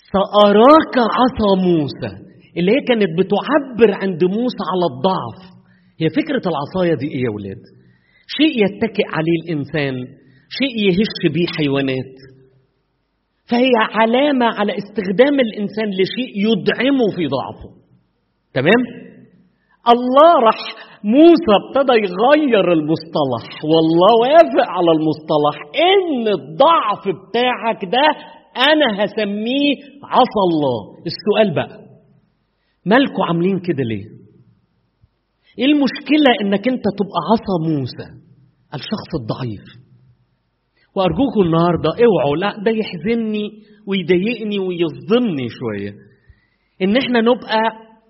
سأراك عصا موسى، اللي هي كانت بتعبر عند موسى على الضعف. هي فكرة العصاية دي ايه يا ولاد؟ شيء يتكئ عليه الإنسان، شيء يهش بيه حيوانات، فهي علامة على استخدام الإنسان لشيء يدعمه في ضعفه. تمام؟ الله راح موسى ابتدى يغير المصطلح، والله وافق على المصطلح ان الضعف بتاعك ده انا هسميه عصا الله. السؤال بقى، مالكوا عاملين كده ليه؟ ايه المشكلة انك انت تبقى عصا موسى الشخص الضعيف؟ وارجوكم النهاردة اوعوا، لا ده يحزنني ويضايقني ويصدمني شوية ان احنا نبقى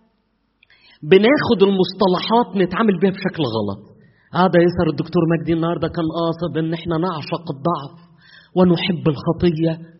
بناخد المصطلحات نتعامل بيها بشكل غلط. هذا يسر الدكتور مجدي النهاردة كان قاصد ان احنا نعشق الضعف ونحب الخطية.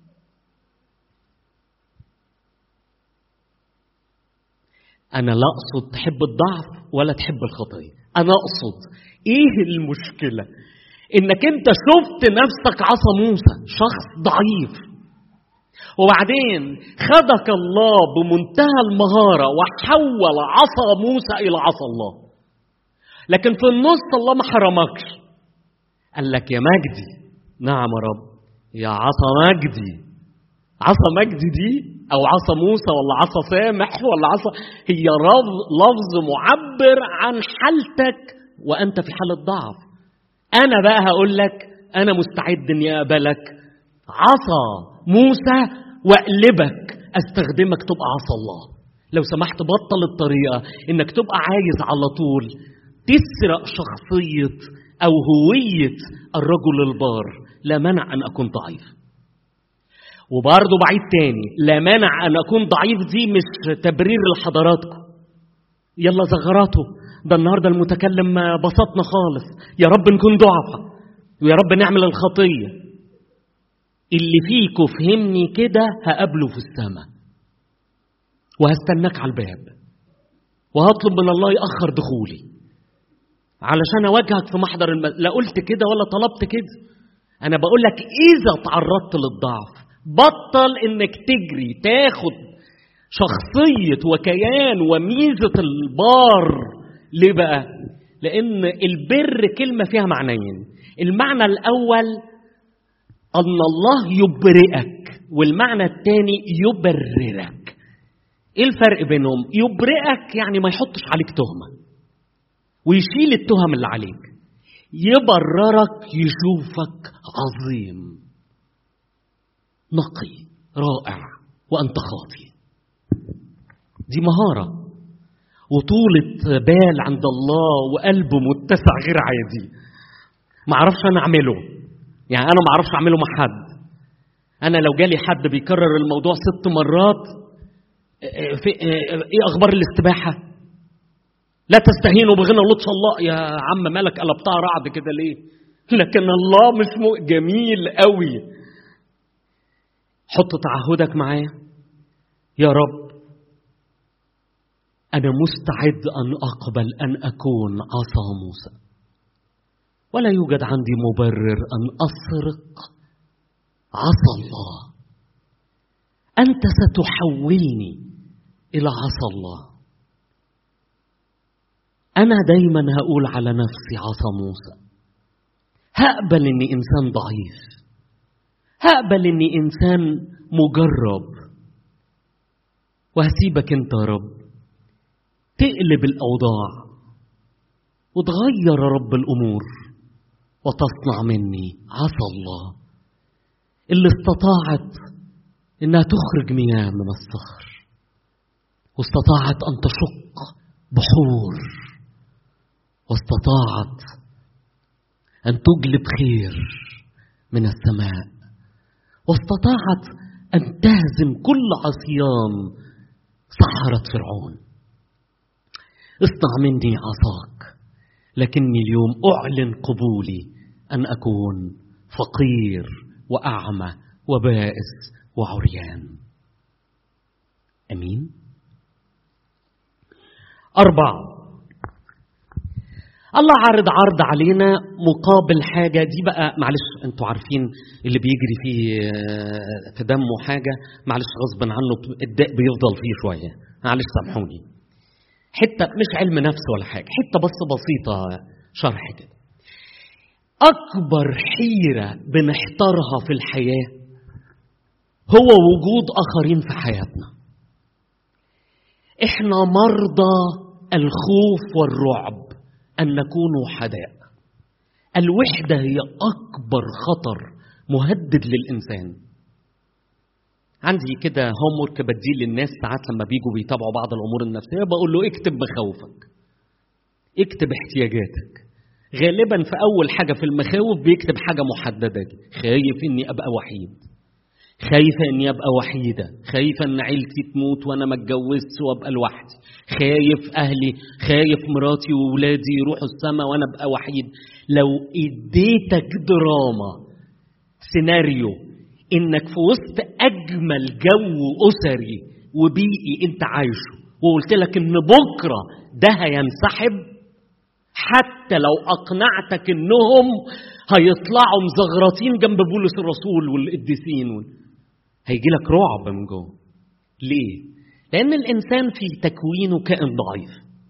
انا لا اقصد تحب الضعف ولا تحب الخطية، انا اقصد ايه المشكلة انك انت شفت نفسك عصا موسى شخص ضعيف، وبعدين خدك الله بمنتهى المهارة وحول عصا موسى إلى عصا الله. لكن في النص الله ما حرمكش، قال لك يا مجدي، نعم يا رب، يا عصا مجدي. عصا مجدي دي أو عصا موسى ولا عصا سامح ولا عصا، هي لفظ معبر عن حالتك وأنت في حالة ضعف. أنا بقى هقول لك أنا مستعد إني أقبلك عصا موسى واقلبك استخدمك تبقى عصا الله. لو سمحت بطل الطريقة انك تبقى عايز على طول تسرق شخصية او هوية الرجل البار. لا مانع ان اكون ضعيف. وبرضه بعيد تاني، لا مانع ان اكون ضعيف دي مش تبرير لحضراتكم. يلا زغراته، ده النهاردة المتكلم بسطنا خالص. يا رب نكون ضعفة ويا رب نعمل الخطية. اللي فيكوا فهمني كده هقابله في السماء وهستناك على الباب وهطلب من الله يأخر دخولي علشان أواجهك في محضر الم... لا قلت كده ولا طلبت كده. أنا بقول لك إذا تعرضت للضعف بطل إنك تجري تاخد شخصية وكيان وميزة البار. ليه بقى؟ لأن البر كلمة فيها معنيين. المعنى الأول أن الله يبرئك، والمعنى الثاني يبررك. إيه الفرق بينهم؟ يبرئك يعني ما يحطش عليك تهمة ويشيل التهم اللي عليك. يبررك يشوفك عظيم نقي رائع وأنت خاطئ. دي مهارة وطولة بال عند الله وقلبه متسع غير عادي. ما عرفش أنا أعمله، يعني أنا ما أعرفش أعمله مع حد. أنا لو جالي حد بيكرر الموضوع ست مرات، في إيه أخبار الاستباحة؟ لا تستهينوا بغنى لطف الله. يا عم مالك قلبتها رعد كده ليه؟ لكن الله مش جميل قوي. حط تعهدك معايا، يا رب أنا مستعد أن أقبل أن أكون عصا موسى، ولا يوجد عندي مبرر أن أسرق عصا الله. أنت ستحولني إلى عصا الله. أنا دايما هقول على نفسي عصا موسى. هقبل أني إنسان ضعيف، هقبل أني إنسان مجرب، وهسيبك أنت يا رب تقلب الأوضاع وتغير يا رب الأمور وتصنع مني عصا الله اللي استطاعت إنها تخرج مياه من الصخر، واستطاعت أن تشق بحور، واستطاعت أن تجلب خير من السماء، واستطاعت أن تهزم كل عصيان سحرة فرعون. اصنع مني عصاك، لكني اليوم أعلن قبولي أن أكون فقير وأعمى وبائس وعريان. أمين. أربعة، الله عارض عرض علينا مقابل حاجة. دي بقى معلش انتوا عارفين اللي بيجري فيه في دمه حاجة معلش غصب عنه الداء بيفضل فيه شوية، معلش سامحوني. حتة مش علم نفس ولا حاجة، حتة بس بسيطة شرح كده. أكبر حيرة بنحتارها في الحياة هو وجود آخرين في حياتنا. إحنا مرضى الخوف والرعب أن نكون وحداء. الوحدة هي أكبر خطر مهدد للإنسان. عندي كده هومورك بديه للناس ساعات لما بيجوا بيتابعوا بعض الأمور النفسية، بقول له اكتب مخاوفك، اكتب احتياجاتك. غالبا في أول حاجة في المخاوف بيكتب حاجة محددة دي. خايف إني أبقى وحيد، خايفة إني أبقى وحيدة، خايفة إن عيلتي تموت وأنا ما اتجوزت وأبقى لوحدي، خايف أهلي، خايف مراتي وولادي يروحوا السماء وأنا أبقى وحيد. لو اديتك دراما سيناريو إنك في وسط أجمل جو أسري وبيئي أنت عايشه، وقلت لك إن بكرة ده هينسحب، حتى لو أقنعتك إنهم هيطلعوا مزغرطين جنب بولس الرسول والقديسين، هيجي لك رعب من جوه. ليه؟ لأن الإنسان في تكوينه كائن ضعيف.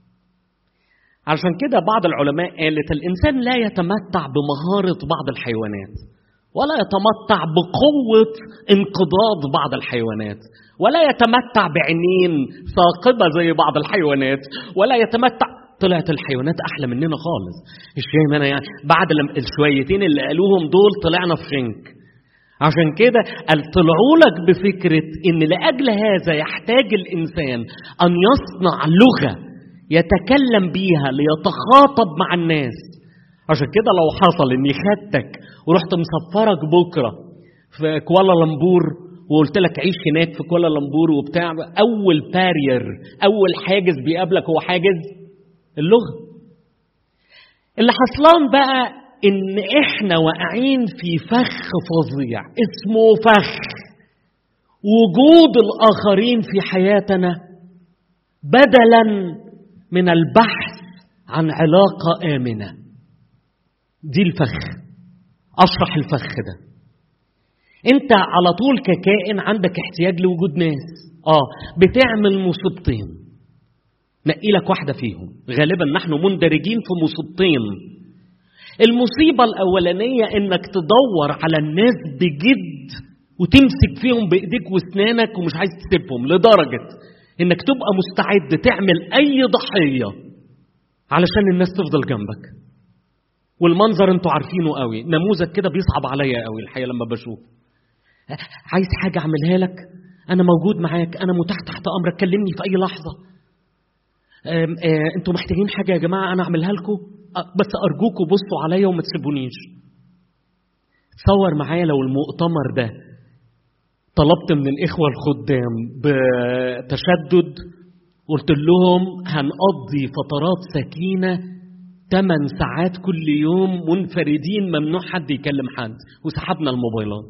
عشان كده بعض العلماء قالت الإنسان لا يتمتع بمهارة بعض الحيوانات، ولا يتمتع بقوة انقضاض بعض الحيوانات، ولا يتمتع بعينين ثاقبة زي بعض الحيوانات، ولا يتمتع. طلعت الحيوانات أحلى مننا خالص. مش فاهم أنا يعني بعد الشويتين اللي قالوهم دول طلعنا في شنك. عشان كده قال طلعوا لك بفكرة إن لأجل هذا يحتاج الإنسان أن يصنع لغة يتكلم بيها ليتخاطب مع الناس. عشان كده لو حصل إني خدتك ورحت مسفرك بكرة في كوالالمبور وقلت لك عيش هناك في كوالالمبور وبتاع، أول بارير أول حاجز بيقابلك هو حاجز اللغة. اللي حصلان بقى إن إحنا واقعين في فخ فظيع اسمه فخ وجود الآخرين في حياتنا بدلاً من البحث عن علاقة آمنة. دي الفخ. أشرح الفخ ده. أنت على طول ككائن عندك احتياج لوجود ناس. آه بتعمل مصيبتين، نقي لك واحدة فيهم. غالباً نحن مندرجين في مصيبتين. المصيبة الأولانية إنك تدور على الناس بجد وتمسك فيهم بإيديك واسنانك ومش عايز تسيبهم، لدرجة إنك تبقى مستعد تعمل أي ضحية علشان الناس تفضل جنبك. والمنظر انتوا عارفينه قوي، نموذج كده بيصعب عليا قوي الحقيقة لما بشوف. عايز حاجة أعملها لك، أنا موجود معاك، أنا متاح تحت أمرك، كلمني في أي لحظة. أم أم انتوا محتاجين حاجة يا جماعة أنا أعملها لكم، بس أرجوكوا بصوا عليا وما تسيبونيش. تصور معايا لو المؤتمر ده طلبت من الإخوة الخدام بتشدد، قلت لهم هنقضي فترات سكينة ثمان ساعات كل يوم منفردين، ممنوع حد يكلم حد، وسحبنا الموبايلات.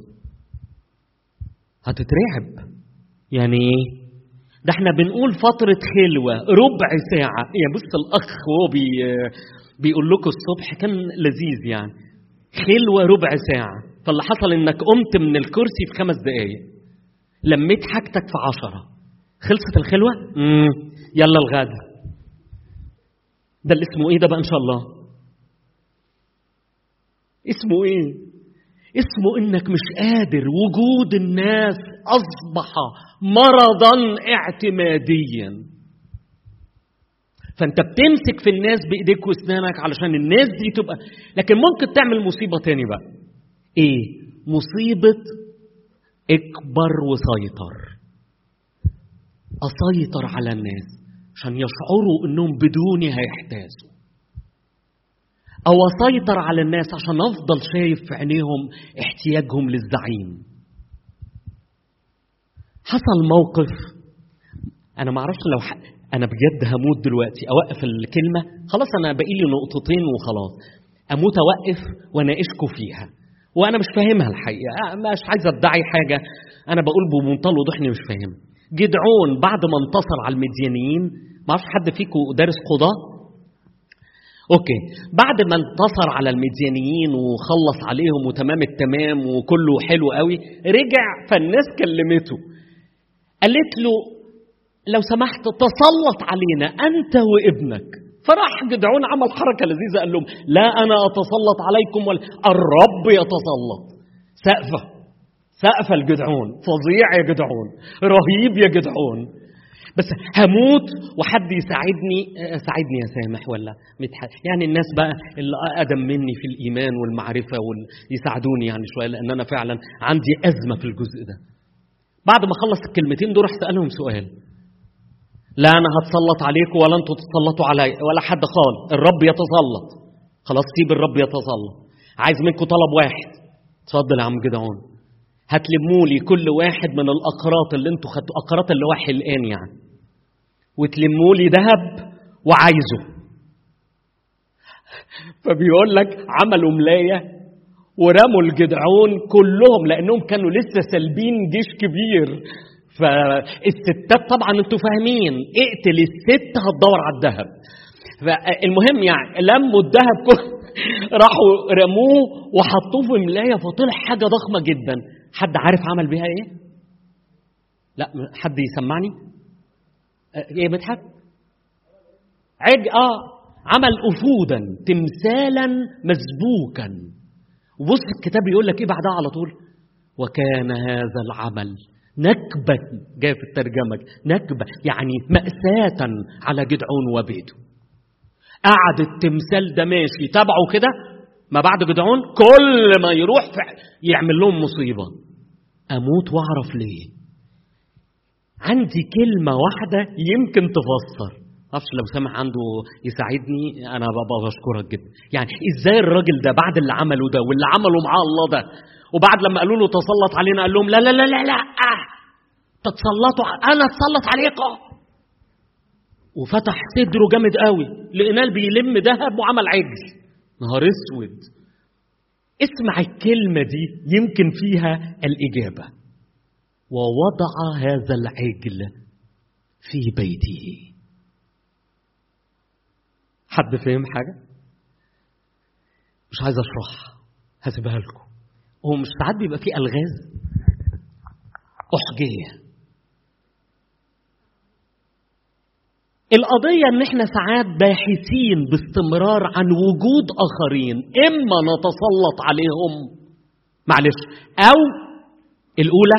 هتترعب. يعني ايه؟ ده احنا بنقول فترة خلوة ربع ساعة. يعني بص الأخ هو بي بيقول لكم الصبح كان لذيذ، يعني خلوة ربع ساعة. فاللي حصل انك قمت من الكرسي في خمس دقايق، لميت حاجتك في عشرة، خلصت الخلوة. مم. يلا الغدا. ده اللي اسمه ايه ده بقى ان شاء الله؟ اسمه ايه؟ اسمه انك مش قادر. وجود الناس اصبح مرضا اعتماديا. فانت بتمسك في الناس بايديك واسنانك علشان الناس دي تبقى، لكن ممكن تعمل مصيبة تاني بقى. ايه؟ مصيبة اكبر وسيطر. اسيطر على الناس عشان يشعروا انهم بدوني هيحتاجوا، او اسيطر على الناس عشان افضل شايف في عينيهم احتياجهم للزعيم. حصل موقف انا ما اعرفش لو ح... انا بجد هموت دلوقتي اوقف الكلمه، خلاص انا باقي لي نقطتين وخلاص، اموت اوقف واناقشكم فيها وانا مش فاهمها الحقيقه، مش عايز ادعي حاجه، انا بقول بمنتهى الوضوح اني مش فاهمها. جدعون بعد ما انتصر على المديانيين، ما اعرفش حد فيكم دارس قضاء، اوكي، بعد ما انتصر على المديانيين وخلص عليهم وتمام التمام وكله حلو قوي، رجع فالناس كلمته قالت له لو سمحت تسلط علينا انت وابنك. فراح جدعون عمل حركه لذيذه، قال لهم لا انا اتسلط عليكم ولا الرب يتسلط. سقفه سقفه الجدعون، فظيع يا جدعون، رهيب يا جدعون، بس هموت وحد يساعدني. ساعدني يا سامح ولا متح... يعني الناس بقى اللي أقدم مني في الإيمان والمعرفة يساعدوني يعني شوية، لأن أنا فعلا عندي أزمة في الجزء ده. بعد ما خلص الكلمتين دول رح سألهم سؤال، لا أنا هتسلط عليكم ولا أنتوا تتسلطوا علي ولا حد قال الرب يتسلط. خلاص سيب الرب يتسلط. عايز منكم طلب واحد، اتفضل يا عم جدعون، هتلموا لي كل واحد من الأقراط اللي انتوا خدتوا، أقراط اللي واحد الآن يعني، وتلموا لي ذهب وعايزه. فبيقول لك عملوا ملاية ورموا الجدعون كلهم، لأنهم كانوا لسه سلبين جيش كبير. فالستات طبعا انتوا فاهمين، اقتل الست هتدور على الذهب. فالمهم يعني لموا الذهب كله راحوا رموه وحطوه في ملاية، فطلع حاجة ضخمة جدا. حد عارف عمل بيها ايه؟ لا حد يسمعني. ايه مدحت؟ عج اه عمل افودا تمثالا مسبوكا. وبص الكتاب يقول لك ايه بعدها على طول، وكان هذا العمل نكبة، جاي في الترجمة نكبة يعني مأساة على جدعون وبيته. قعد التمثال ده ماشي تبعه كده ما بعد جدعون، كل ما يروح يعمل لهم مصيبة. أموت وأعرف ليه. عندي كلمة واحدة يمكن تفسر، معرفش لو سامح عنده يساعدني أنا بابا بشكرك جدا. يعني إزاي الراجل ده بعد اللي عمله ده واللي عمله معاه الله ده، وبعد لما قالوا له تسلط علينا قال لهم لا لا لا لا لا تتسلطوا أنا أتسلط عليكم، وفتح صدره جامد قوي لقنال بيلم ذهب وعمل عجل. نهار اسود. اسمع الكلمة دي يمكن فيها الإجابة، ووضع هذا العجل في بيته. حد فهم حاجة؟ مش عايز أشرح، هسيبها لكم. هو مش ساعات بيبقى فيه ألغاز أحجية. القضية ان احنا ساعات باحثين باستمرار عن وجود اخرين، اما نتسلط عليهم معلش، او الاولى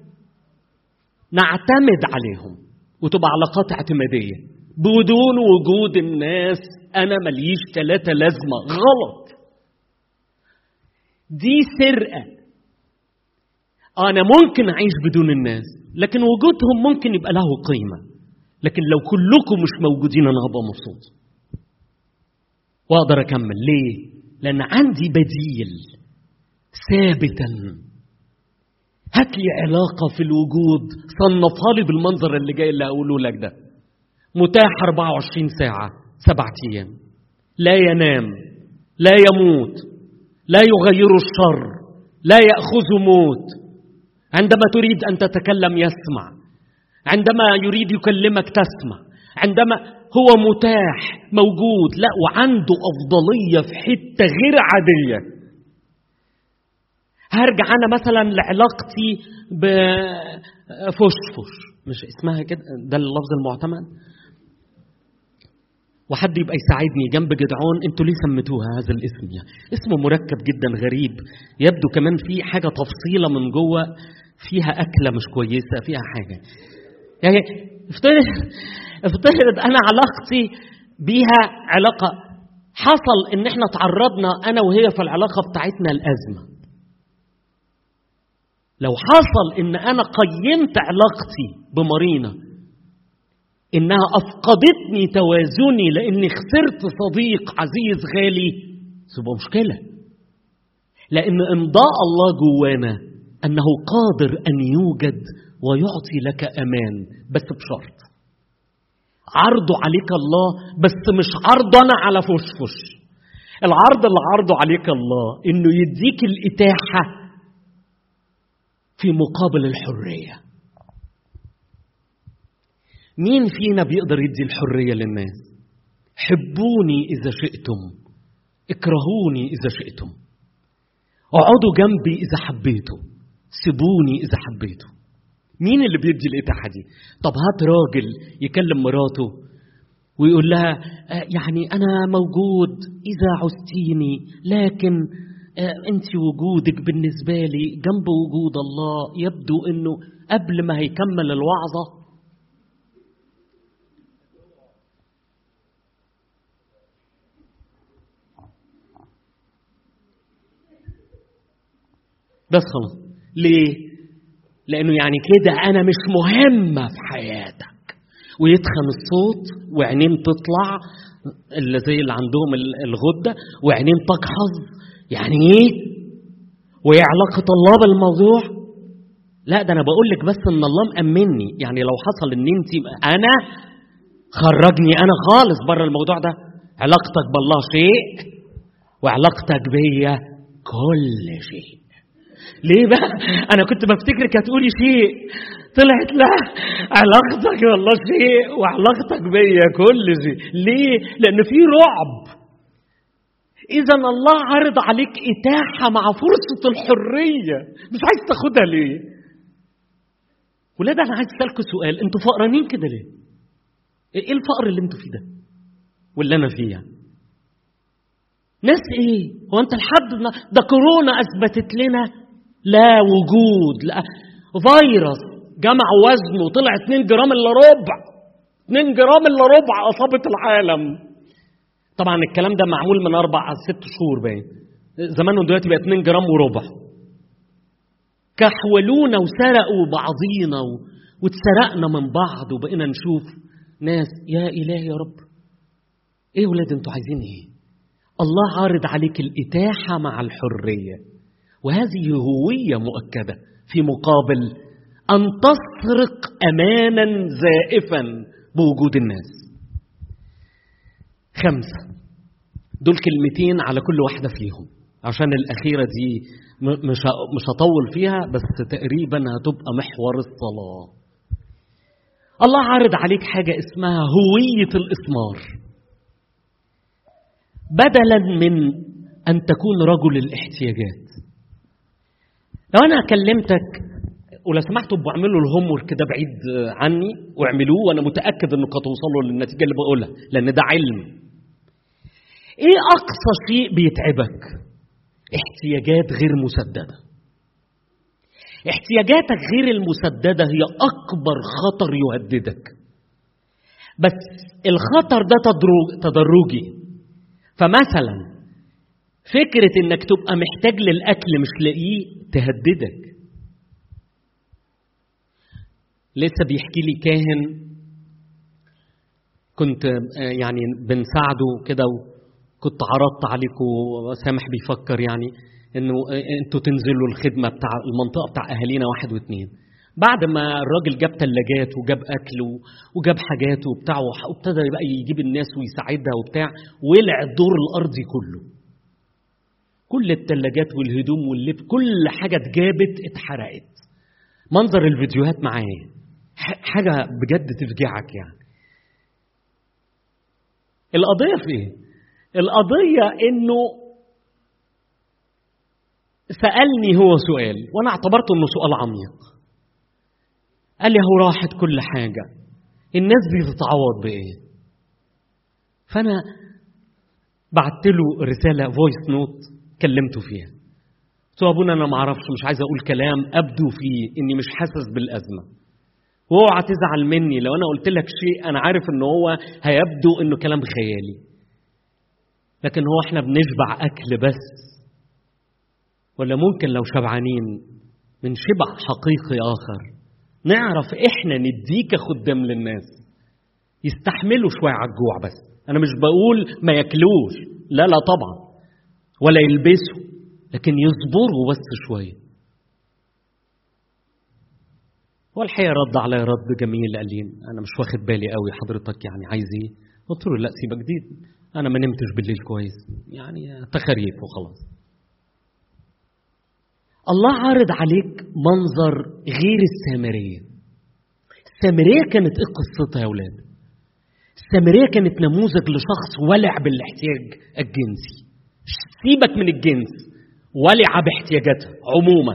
نعتمد عليهم وتبقى علاقات اعتمادية بدون وجود الناس. انا مليش ثلاثة لازمة. غلط، دي سرقة. انا ممكن اعيش بدون الناس لكن وجودهم ممكن يبقى له قيمة، لكن لو كلكم مش موجودين أنا هبقى مبسوط وأقدر أكمل. ليه؟ لأن عندي بديل ثابتا. هات لي علاقة في الوجود صنفها لي بالمنظر اللي جاي اللي أقوله لك ده. متاح أربعة وعشرين ساعة سبعة أيام، لا ينام، لا يموت، لا يغير الشر، لا يأخذ موت. عندما تريد أن تتكلم يسمع، عندما يريد يكلمك تسمع، عندما هو متاح موجود. لا، وعنده أفضلية في حتة غير عادية. هرجع أنا مثلا لعلاقتي بفشفش، مش اسمها كده، ده اللفظ المعتمد، وحد يبقى يساعدني جنب جدعون. انتوا ليه سميتوها هذا الاسم؟ يعني اسمه مركب جدا غريب، يبدو كمان في حاجة تفصيلة من جوه، فيها أكلة مش كويسة، فيها حاجة. يعني افترض افترض انا علاقتي بيها علاقه، حصل ان احنا تعرضنا انا وهي في العلاقه بتاعتنا الازمه. لو حصل ان انا قيمت علاقتي بمارينا انها افقدتني توازني لاني خسرت صديق عزيز غالي، تبقى مشكله. لان امضاء الله جوانا انه قادر ان يوجد ويعطي لك أمان، بس بشرط عرضه عليك الله، بس مش عرض أنا على فشفش. العرض اللي عرضه عليك الله إنه يديك الإتاحة في مقابل الحرية. مين فينا بيقدر يدي الحرية للناس؟ حبوني إذا شئتم، اكرهوني إذا شئتم، اقعدوا جنبي إذا حبيتوا، سيبوني إذا حبيتوا. مين اللي بيدي الإتاحة دي؟ طب هات راجل يكلم مراته ويقول لها يعني أنا موجود إذا عزتيني، لكن أنت وجودك بالنسبة لي جنب وجود الله يبدو أنه قبل ما هيكمل الوعظة بس خلاص. ليه؟ لأنه يعني كده أنا مش مهمة في حياتك، ويتخن الصوت وعينين تطلع اللي زي اللي عندهم الغدة وعينين تقحظ. يعني إيه؟ وإيه علاقة الله بالموضوع؟ لا ده أنا بقول لك بس إن الله مأمني، يعني لو حصل إن أنت أنا خرجني أنا خالص بره الموضوع ده. علاقتك بالله شيء وعلاقتك بيا كل شيء. ليه بقى؟ أنا كنت بفتكرك هتقولي شيء، طلعت لا، علاقتك بالله شيء وعلاقتك بيا كل شيء. ليه؟ لأن في رعب. إذا الله عرض عليك إتاحة مع فرصة الحرية، مش عايز تاخدها ليه؟ ولاد أنا عايز أسألكوا سؤال، أنتوا فقرانين كده ليه؟ إيه الفقر اللي أنتوا فيه ده؟ واللي أنا فيه يعني؟ ناس إيه؟ هو أنت لحد ده كورونا أثبتت لنا لا وجود، لا فيروس جمع وزنه وطلع اتنين جرام إلا ربع، اتنين جرام إلا ربع أصابت العالم. طبعا الكلام ده معمول من أربع ست شهور باين، زمانه دلوقتي بقى اتنين جرام وربع. كحولونا وسرقوا بعضينا و... واتسرقنا من بعض، وبقينا نشوف ناس. يا إلهي يا رب، ايه ولاد انتوا عايزين ايه؟ الله عارض عليك الإتاحة مع الحرية، وهذه هوية مؤكدة في مقابل أن تسرق أمانا زائفا بوجود الناس. خمسة، دول كلمتين على كل واحدة فيهم، عشان الأخيرة دي مش مش هطول فيها، بس تقريبا هتبقى محور الصلاة. الله عارض عليك حاجة اسمها هوية الإثمار، بدلا من أن تكون رجل الاحتياجات. لو أنا كلمتك ولو سمحتوا بعملوا الهوم ورك كده بعيد عني واعملوه، وأنا متأكد أنكم هتوصلوا للنتيجة اللي بقولها لأن ده علم. إيه أقصى شيء بيتعبك؟ احتياجات غير مسددة. احتياجاتك غير المسددة هي أكبر خطر يهددك، بس الخطر ده تدرجي. فمثلا فكرة إنك تبقى محتاج للأكل مش لاقيه تهددك. لسه بيحكي لي كاهن كنت يعني بنساعده كده، وكنت عرضت عليكم سامح بيفكر يعني انه انتوا تنزلوا الخدمه بتاع المنطقه بتاع اهالينا واحد واثنين. بعد ما الراجل جاب ثلاجات وجاب اكل وجاب حاجات وبتاع، وابتدى بقى يجيب الناس ويساعدها وبتاع، ولع الدور الارضي كله، كل الثلاجات والهدوم واللب كل حاجه اتجابت اتحرقت. منظر الفيديوهات معايا حاجه بجد تفجعك يعني. القضيه في ايه؟ القضيه انه سألني هو سؤال وانا اعتبرته انه سؤال عميق. قال لي هو راحت كل حاجه، الناس دي تتعوض بايه؟ فانا بعت له رساله فويس نوت كلمته فيها. قلت له ابونا انا ما اعرفش، مش عايز اقول كلام ابدو فيه اني مش حاسس بالازمه، واوعى تزعل مني لو انا قلت لك شيء انا عارف ان هو هيبدو انه كلام خيالي، لكن هو احنا بنشبع اكل بس، ولا ممكن لو شبعانين من شبع حقيقي اخر نعرف احنا نديك خدام للناس يستحملوا شويه على الجوع. بس انا مش بقول ما ياكلوش، لا لا طبعا، ولا يلبسوا، لكن يصبروا بس شويه. هو الحقيقه رد علي رد جميل، قال لي انا مش واخد بالي قوي حضرتك يعني عايز ايه. قلت له لا سيبك دي، انا ما نمتش بالليل كويس يعني تخريف وخلاص. الله عارض عليك منظر غير السامريه. السامريه كانت ايه قصتها يا اولاد؟ السامرية كانت نموذج لشخص ولع بالاحتياج الجنسي. سيبك من الجنس، ولع باحتياجاتها عموما،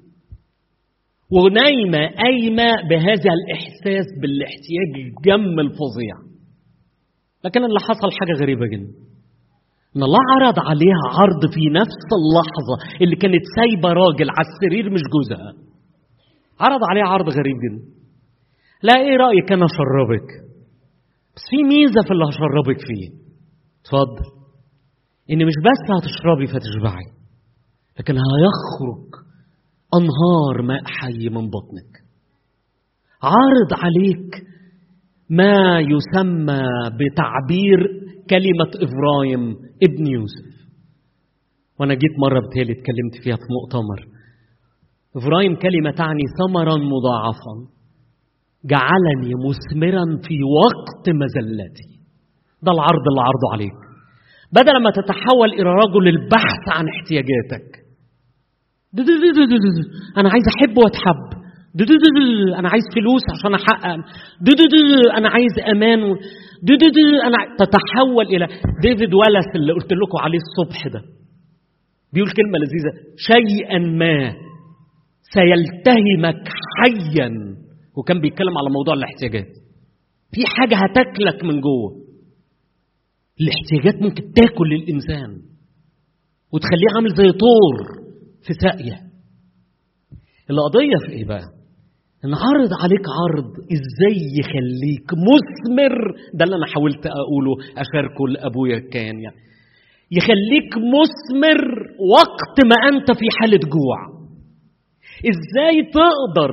ونايمة قايمة بهذا الإحساس بالاحتياج الجم الفظيع. لكن اللي حصل حاجة غريبة جدا، إن الله عرض عليها عرض في نفس اللحظة اللي كانت سايبة راجل على السرير مش جوزها. عرض عليها عرض غريب جدا. لا، إيه رأيك أنا أشربك؟ بس في ميزة في اللي هشربك فيه. اتفضل. إن مش بس هتشربي فتشبعي، لكن هيخرج أنهار ماء حي من بطنك. عارض عليك ما يسمى بتعبير كلمة إبراهيم ابن يوسف. وأنا جيت مرة بتالي اتكلمت فيها في مؤتمر. إبراهيم كلمة تعني ثمرا مضاعفا، جعلني مثمرا في وقت مزلتي. ده العرض اللي عرضه عليك. بدل ما تتحول إلى رجل البحث عن احتياجاتك، دو دو دو دو دو. أنا عايز أحب وأتحب، دو دو دو. أنا عايز فلوس عشان أحقق، دو دو دو. أنا عايز أمان، دو دو دو. أنا تتحول إلى ديفيد والاس اللي قلت لكم عليه الصبح ده، بيقول كلمة لذيذة: شيئا ما سيلتهمك حيا. وكان بيتكلم على موضوع الاحتياجات. في حاجة هتاكلك من جوه. الاحتياجات ممكن تاكل الإنسان وتخليه عامل زي طور في ساقية. القضية في إيه بقى؟ إن عرض عليك عرض إزاي يخليك مثمر. ده اللي أنا حاولت أقوله أشاركه لأبويا كان يعني يخليك مثمر وقت ما أنت في حالة جوع. إزاي تقدر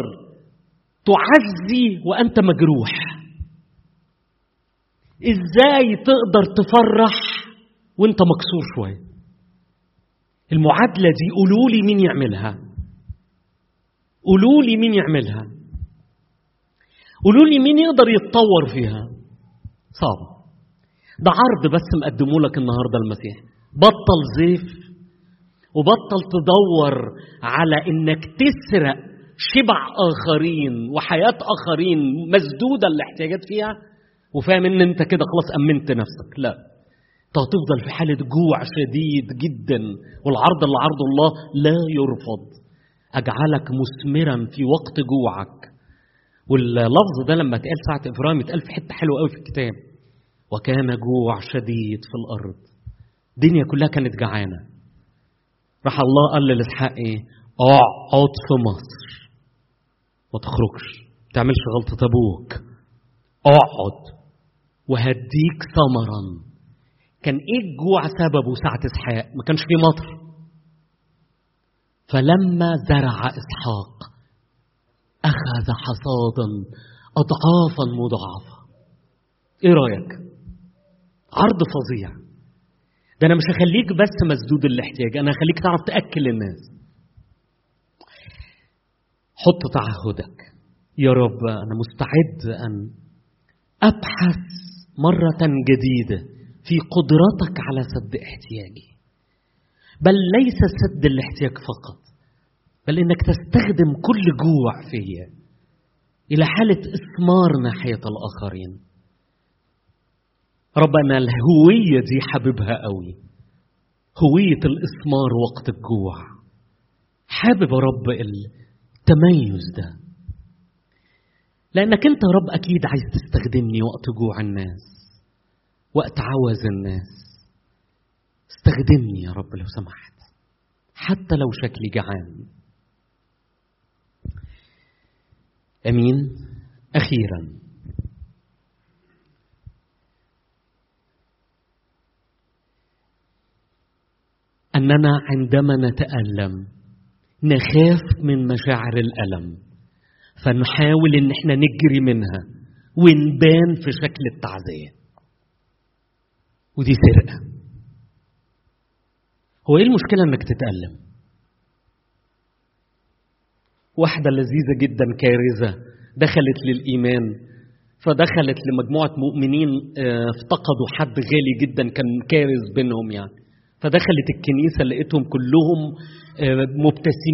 تعزي وأنت مجروح؟ إزاي تقدر تفرح وأنت مكسور شوية؟ المعادلة دي قولوا لي مين يعملها. قولوا لي مين يعملها. قولوا لي مين يقدر يتطور فيها. صعب. ده عرض بس مقدمه لك النهاردة المسيح. بطل زيف، وبطل تدور على إنك تسرق شبع آخرين وحياة آخرين مسدودة الاحتياجات فيها، وفاهم إن أنت كده خلاص أمنت نفسك. لا، أنت هتفضل في حالة جوع شديد جدا. والعرض اللي عرضه الله لا يرفض. أجعلك مثمرا في وقت جوعك. واللفظ ده لما اتقال ساعة إبراهيم اتقال في حتة حلوة قوي في الكتاب: وكان جوع شديد في الأرض. الدنيا كلها كانت جعانة. راح الله قال لإسحاق إيه؟ اقعد في مصر، ما تخرجش، ما تعملش غلطة أبوك، اقعد وهديك ثمرا. كان إيه الجوع سببه ساعة إسحاق؟ ما كانش فيه مطر. فلما زرع إسحاق أخذ حصادا أضعافا مضاعفة. إيه رأيك؟ عرض فظيع. ده أنا مش هخليك بس مسدود الاحتياج، أنا هخليك تعرف تأكل الناس. حط تعهدك: يا رب أنا مستعد أن أبحث مرة جديدة في قدرتك على سد احتياجي. بل ليس سد الاحتياج فقط، بل إنك تستخدم كل جوع فيا إلى حالة إثمار ناحية الآخرين. رب أنا الهوية دي حاببها قوي، هوية الإثمار وقت الجوع. حابب رب التميز ده، لأنك أنت رب أكيد عايز تستخدمني وقت جوع الناس، وقت عوز الناس. استخدمني يا رب لو سمحت، حتى لو شكلي جعان. أمين. أخيرا، أننا عندما نتألم نخاف من مشاعر الألم، فنحاول إن احنا نجري منها ونبان في شكل التعزية، ودي سرقة. هو إيه المشكلة إنك تتألم؟ واحدة لذيذة جدا كارثة دخلت للإيمان، فدخلت لمجموعة مؤمنين افتقدوا حد غالي جدا كان كارث بينهم يعني، فدخلت الكنيسة لقيتهم كلهم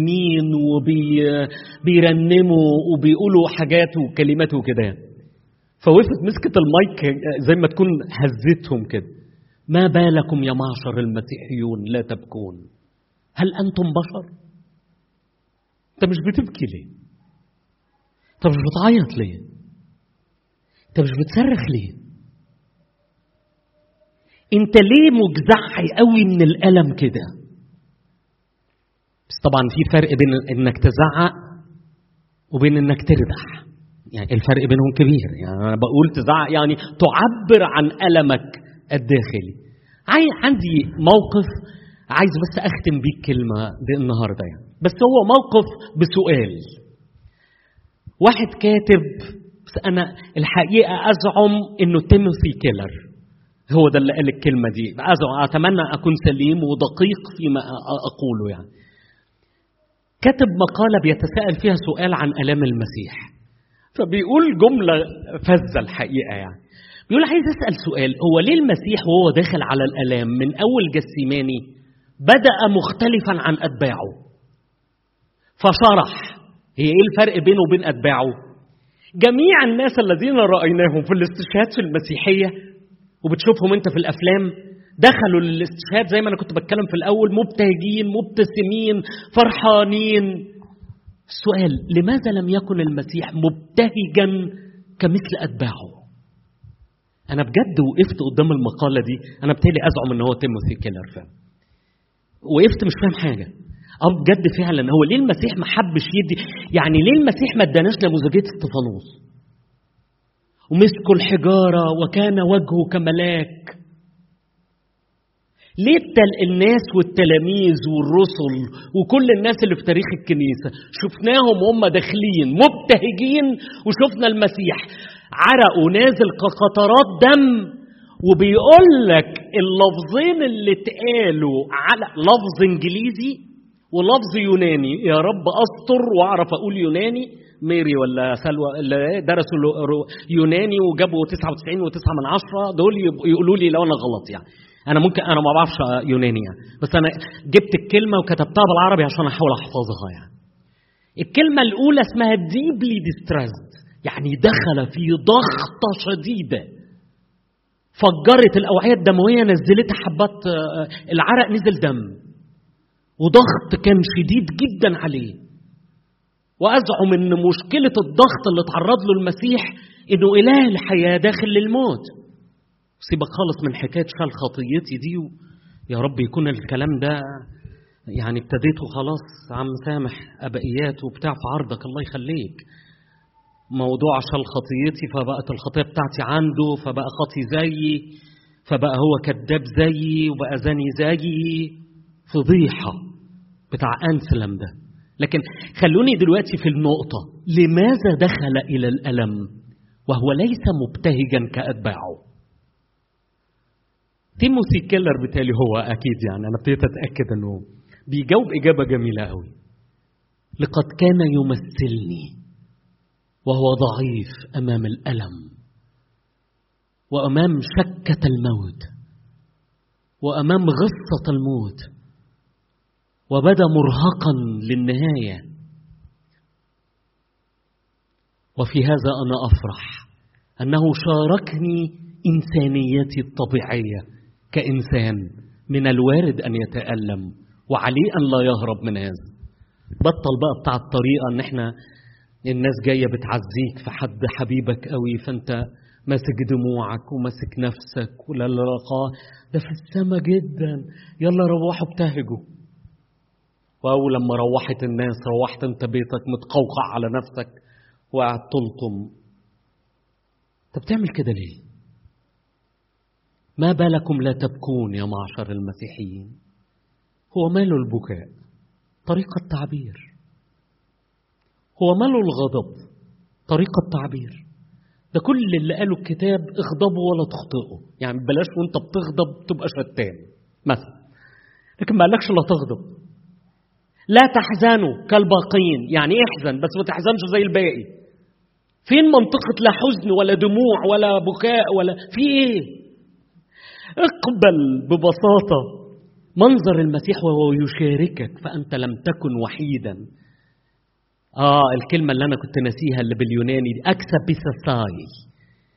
مبتسمين وبيرنموا وبيقولوا حاجات وكلمات وكده. فوقفت مسكت المايك زي ما تكون هزتهم كده. ما بالكم يا معشر المسيحيون لا تبكون؟ هل أنتم بشر؟ أنت مش بتبكي ليه؟ أنت مش بتعيط ليه؟ أنت مش بتصرخ ليه؟ أنت ليه مجزع قوي من الألم كده؟ بس طبعا في فرق بين إنك تزعق وبين إنك تردح. يعني الفرق بينهم كبير. يعني أنا بقول تزعق يعني تعبر عن ألمك الداخلي. عندي موقف عايز بس أختم بيه كلمة النهاردة يعني. بس هو موقف بسؤال. واحد كاتب، بس أنا الحقيقة أزعم إنه تيموثي كيلر هو ده اللي قال الكلمة دي. أزعم، أتمنى أكون سليم ودقيق فيما أقوله يعني. كتب مقالة بيتساءل فيها سؤال عن آلام المسيح. فبيقول جملة فزة الحقيقة يعني. بيقول عايز أسأل سؤال، هو ليه المسيح وهو داخل على الآلام من أول جسيماني بدأ مختلفا عن أتباعه؟ فشرح هي إيه الفرق بينه وبين أتباعه. جميع الناس الذين رأيناهم في الاستشهاد في المسيحية وبتشوفهم أنت في الأفلام دخلوا للاستشهاد زي ما أنا كنت بتكلم في الأول مبتهجين مبتسمين فرحانين. السؤال، لماذا لم يكن المسيح مبتهجا كمثل أتباعه؟ أنا بجد وقفت قدام المقالة دي. أنا بتالي أزعم إن هو تيموثي كيلر فهم. وقفت مش فاهم حاجة. أم بجد فعلا هو ليه المسيح ما حبش يدي؟ يعني ليه المسيح ما اداناش نموذجية استفانوس ومسكوا الحجارة وكان وجهه كملاك؟ ليه الناس والتلاميذ والرسل وكل الناس اللي في تاريخ الكنيسة شفناهم هم داخلين مبتهجين وشفنا المسيح عرقه نازل كقطرات دم؟ وبيقول لك اللفظين اللي اتقالوا على لفظ انجليزي ولفظ يوناني، يا رب استر واعرف اقول يوناني. ميري ولا سلوى اللي درسوا يوناني وجابوا تسعة وتسعين وتسعة من عشرة دول يقولوا لي لو انا غلط يعني. انا ممكن انا ما بعرفش يوناني يعني، بس انا جبت الكلمه وكتبتها بالعربي عشان احاول احفظها يعني. الكلمه الاولى اسمها deeply distressed، يعني دخل في ضغطه شديده فجرت الاوعيه الدمويه نزلت حبات العرق نزل دم وضغط كان شديد جدا عليه. وازعم ان مشكله الضغط اللي تعرض له المسيح انه اله الحياه داخل للموت. سيبك خالص من حكايه شال خطيتي دي، يا رب يكون الكلام ده يعني ابتديته خلاص عم سامح ابائيات وبتاع في عرضك الله يخليك. موضوع شال خطيتي فبقت الخطيه بتاعتي عنده فبقى خطي زيي فبقى هو كذاب زيي وبقى زاني زيي. فضيحه بتاع أنسلم ده. لكن خلوني دلوقتي في النقطه، لماذا دخل الى الالم وهو ليس مبتهجا كاتباعه؟ تيموثي كيلر بالتالي هو أكيد يعني أنا ابتديت أتأكد أنه بيجاوب إجابة جميلة قوي. لقد كان يمثلني وهو ضعيف أمام الألم وأمام شكة الموت وأمام غصة الموت، وبدأ مرهقا للنهاية. وفي هذا أنا أفرح أنه شاركني إنسانيتي الطبيعية كإنسان من الوارد أن يتألم وعليه أن لا يهرب من هذا. بطل بقى بتاع الطريقة أن احنا الناس جاية بتعزيك في حد حبيبك قوي فأنت ماسك دموعك وماسك نفسك ولا لقاه ده في السما جدا يلا روحوا ابتهجوا. وأول لما روحت الناس روحت أنت بيتك متقوقع على نفسك وقاعد تلطم. أنت بتعمل كده ليه؟ ما بالكم لا تبكون يا معشر المسيحيين؟ هو ماله البكاء؟ طريقة تعبير. هو ماله الغضب؟ طريقة تعبير. ده كل اللي قاله الكتاب اغضبوا ولا تخطئوا، يعني بلاش وانت بتغضب تبقى شتان مثلا، لكن ما قالكش لا تغضب. لا تحزنوا كالباقين، يعني احزن بس ما تحزنش زي الباقي. فين منطقة لا حزن ولا دموع ولا بكاء ولا في ايه؟ اقبل ببساطة منظر المسيح وهو يشاركك فأنت لم تكن وحيدا. آه الكلمة اللي أنا كنت ناسيها اللي باليوناني دي أكسا بيساساي،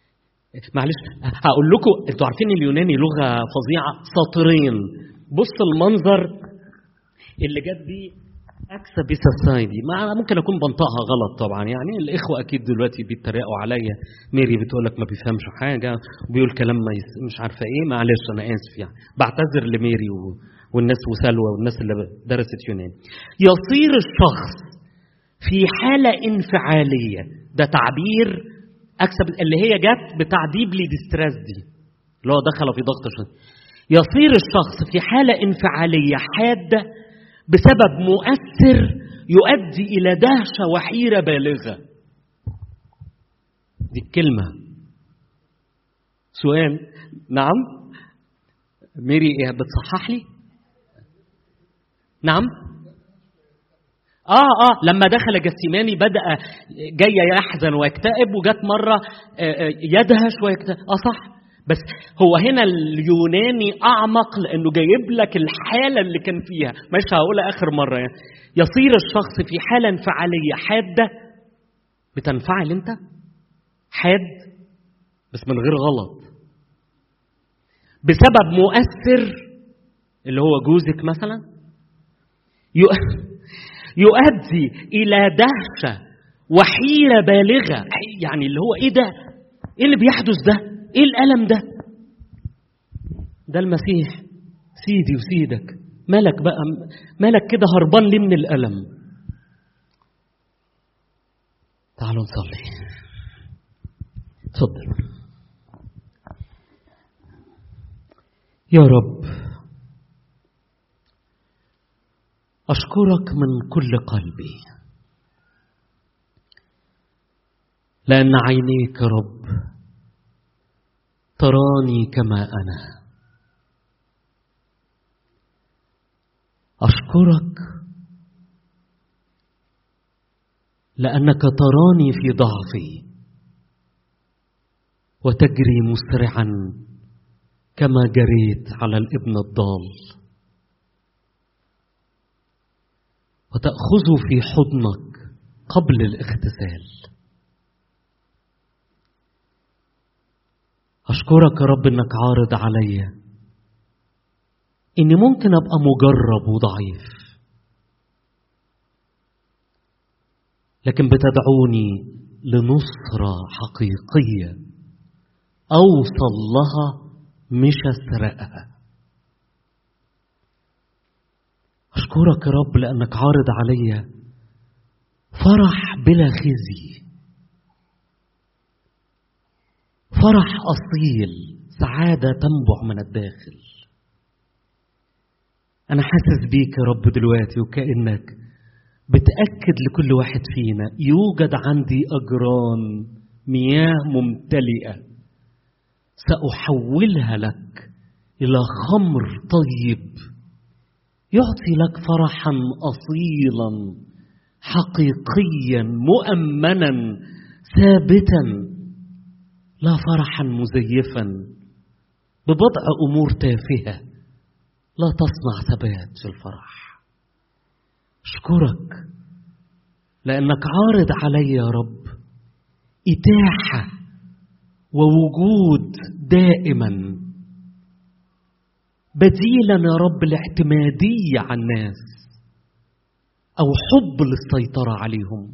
معلش هقول لكم، انتوا عارفين اليوناني لغة فظيعة، سطرين. بص المنظر اللي جت دي اكسا بيساسايدي، ما ممكن اكون بنطقها غلط طبعا، يعني الاخوه اكيد دلوقتي بيتريقوا عليا. ميري بتقول لك ما بيفهمش حاجه وبيقول كلام ما يس... مش عارفه ايه. معلش انا اسف، يعني بعتذر لميري و... والناس وسلوى والناس اللي درست يوناني. يصير الشخص في حاله انفعاليه، ده تعبير اكسا اللي هي جت بتاع ديبلي ديستريس دي، اللي هو دخل في ضغط شديد. يصير الشخص في حاله انفعاليه حاده بسبب مؤثر يؤدي إلى دهشة وحيرة بالغة. دي الكلمة. سؤال، نعم ميري ايه بتصحح لي؟ نعم آه آه لما دخل جسيماني بدأ جاي يحزن ويكتئب، وجات مرة يدهش ويكتئب. آه صح، بس هو هنا اليوناني أعمق، لأنه جايب لك الحالة اللي كان فيها. مش هقولها آخر مرة يعني. يصير الشخص في حالة انفعالية حادة. بتنفعل أنت حاد بس من غير غلط، بسبب مؤثر اللي هو جوزك مثلا، يؤدي إلى دهشة وحيرة بالغة. يعني اللي هو إيه ده؟ إيه اللي بيحدث ده؟ ايه الألم ده؟ ده المسيح سيدي وسيدك. مالك بقى، مالك كده هربان ليه من الألم؟ تعالوا نصلي. تفضل. يا رب أشكرك من كل قلبي، لأن عينيك يا رب تراني كما أنا. أشكرك لأنك تراني في ضعفي وتجري مسرعا كما جريت على الابن الضال، وتأخذه في حضنك قبل الاغتسال. أشكرك يا رب إنك عارض عليا إني ممكن أبقى مجرب وضعيف، لكن بتدعوني لنصرة حقيقية أوصل لها مش أسرقها. أشكرك يا رب لأنك عارض عليا فرح بلا خزي، فرح أصيل، سعادة تنبع من الداخل. أنا حاسس بيك يا رب دلوقتي، وكأنك بتأكد لكل واحد فينا يوجد عندي أجران مياه ممتلئة سأحولها لك إلى خمر طيب يعطي لك فرحا أصيلا حقيقيا مؤمنا ثابتا، لا فرحا مزيفا ببضع أمور تافهة لا تصنع ثبات في الفرح. أشكرك لأنك عارض علي يا رب إتاحة ووجود دائما بديلا يا رب الاعتمادية على الناس أو حب للسيطرة عليهم.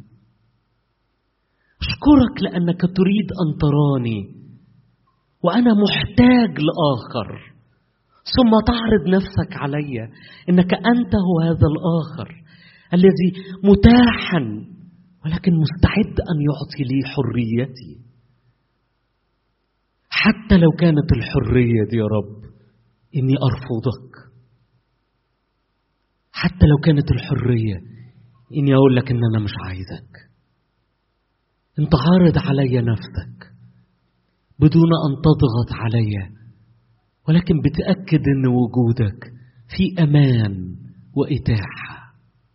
أشكرك لأنك تريد أن تراني وأنا محتاج لآخر، ثم تعرض نفسك علي إنك أنت هو هذا الآخر الذي متاحا ولكن مستعد أن يعطي لي حريتي، حتى لو كانت الحرية دي يا رب إني أرفضك، حتى لو كانت الحرية إني أقول لك إن أنا مش عايزك. أنت عارض علي نفسك بدون أن تضغط علي، ولكن بتأكد أن وجودك في أمان وإتاحة.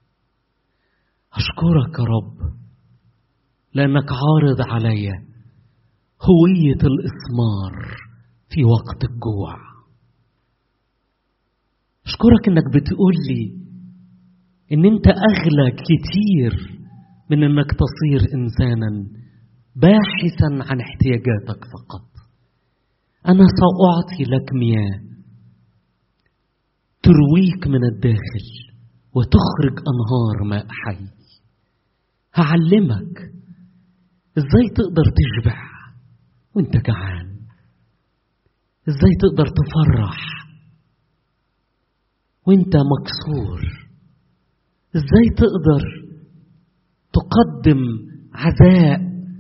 أشكرك يا رب لأنك عارض علي هوية الإثمار في وقت الجوع. أشكرك أنك بتقول لي أن أنت أغلى كتير من أنك تصير إنسانا باحثا عن احتياجاتك فقط، أنا سأعطي لك مياه ترويك من الداخل وتخرج أنهار ماء حي. هعلمك إزاي تقدر تشبع وانت جعان، إزاي تقدر تفرح وانت مكسور، إزاي تقدر تقدم عزاء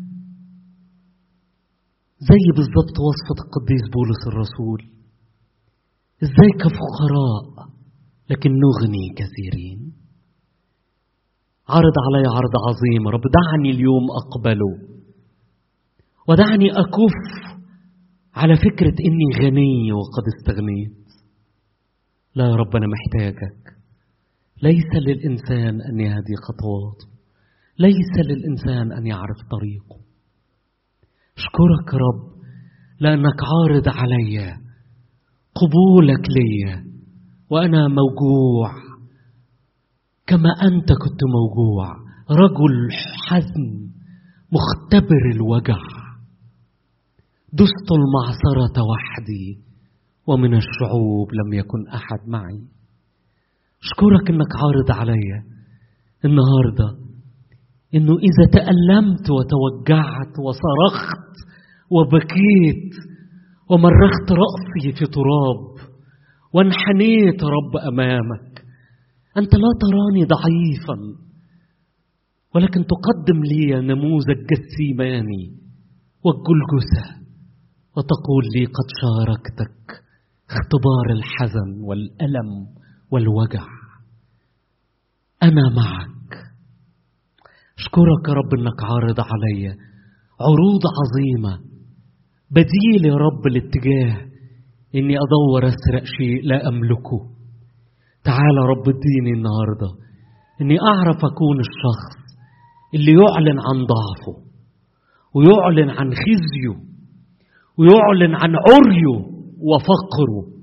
زي بالضبط وصفة القديس بولس الرسول، إزاي كفقراء لكن نغني كثيرين. عرض علي عرض عظيم رب، دعني اليوم أقبله ودعني أكف على فكرة إني غني وقد استغنيت. لا يا رب، أنا محتاجك. ليس للإنسان أن يهدي خطواته، ليس للإنسان أن يعرف طريقه. أشكرك رب لأنك عارض علي قبولك لي وأنا موجوع كما أنت كنت موجوع، رجل حزن مختبر الوجع. دست المعصرة وحدي ومن الشعوب لم يكن أحد معي. أشكرك أنك عارض علي النهاردة إنه إذا تألمت وتوجعت وصرخت وبكيت ومرخت رأسي في تراب وانحنيت رب أمامك، أنت لا تراني ضعيفا ولكن تقدم لي نموذج جثيماني والجلجثة وتقول لي قد شاركتك اختبار الحزن والألم والوجع، أنا معك. أشكرك يا رب أنك عارض علي عروض عظيمة، بديل يا رب الاتجاه إني أدور أسرق شيء لا أملكه. تعال رب اديني النهاردة إني أعرف أكون الشخص اللي يعلن عن ضعفه ويعلن عن خزيه ويعلن عن عريه وفقره.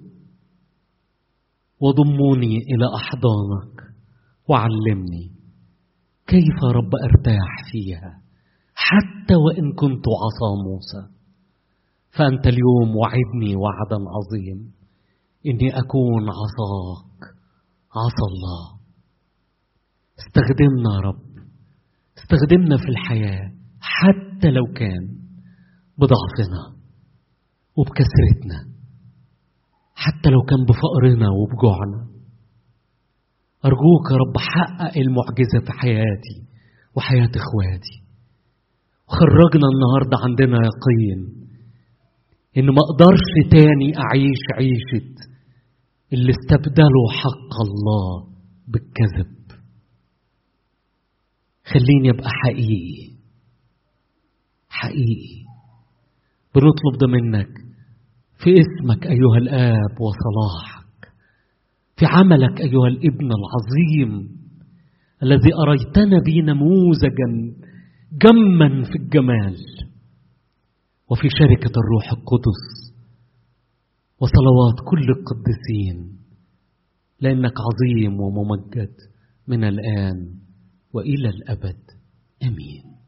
وضموني إلى أحضانك وعلمني كيف رب أرتاح فيها حتى وإن كنت عصا موسى. فأنت اليوم وعدني وعدا عظيم إني أكون عصاك، عصا الله. استخدمنا رب، استخدمنا في الحياة حتى لو كان بضعفنا وبكسرتنا، حتى لو كان بفقرنا وبجوعنا. أرجوك يا رب حقق المعجزة في حياتي وحياة إخواتي، وخرجنا النهاردة عندنا يقين إن ما أقدرش تاني أعيش عيشة اللي استبدلوا حق الله بالكذب. خليني أبقى حقيقي حقيقي. بنطلب ده منك في اسمك أيها الآب وصلاحك، في عملك أيها الابن العظيم الذي أريتنا به نموذجا جما في الجمال، وفي شركة الروح القدس وصلوات كل القديسين، لأنك عظيم وممجد من الآن وإلى الأبد. آمين.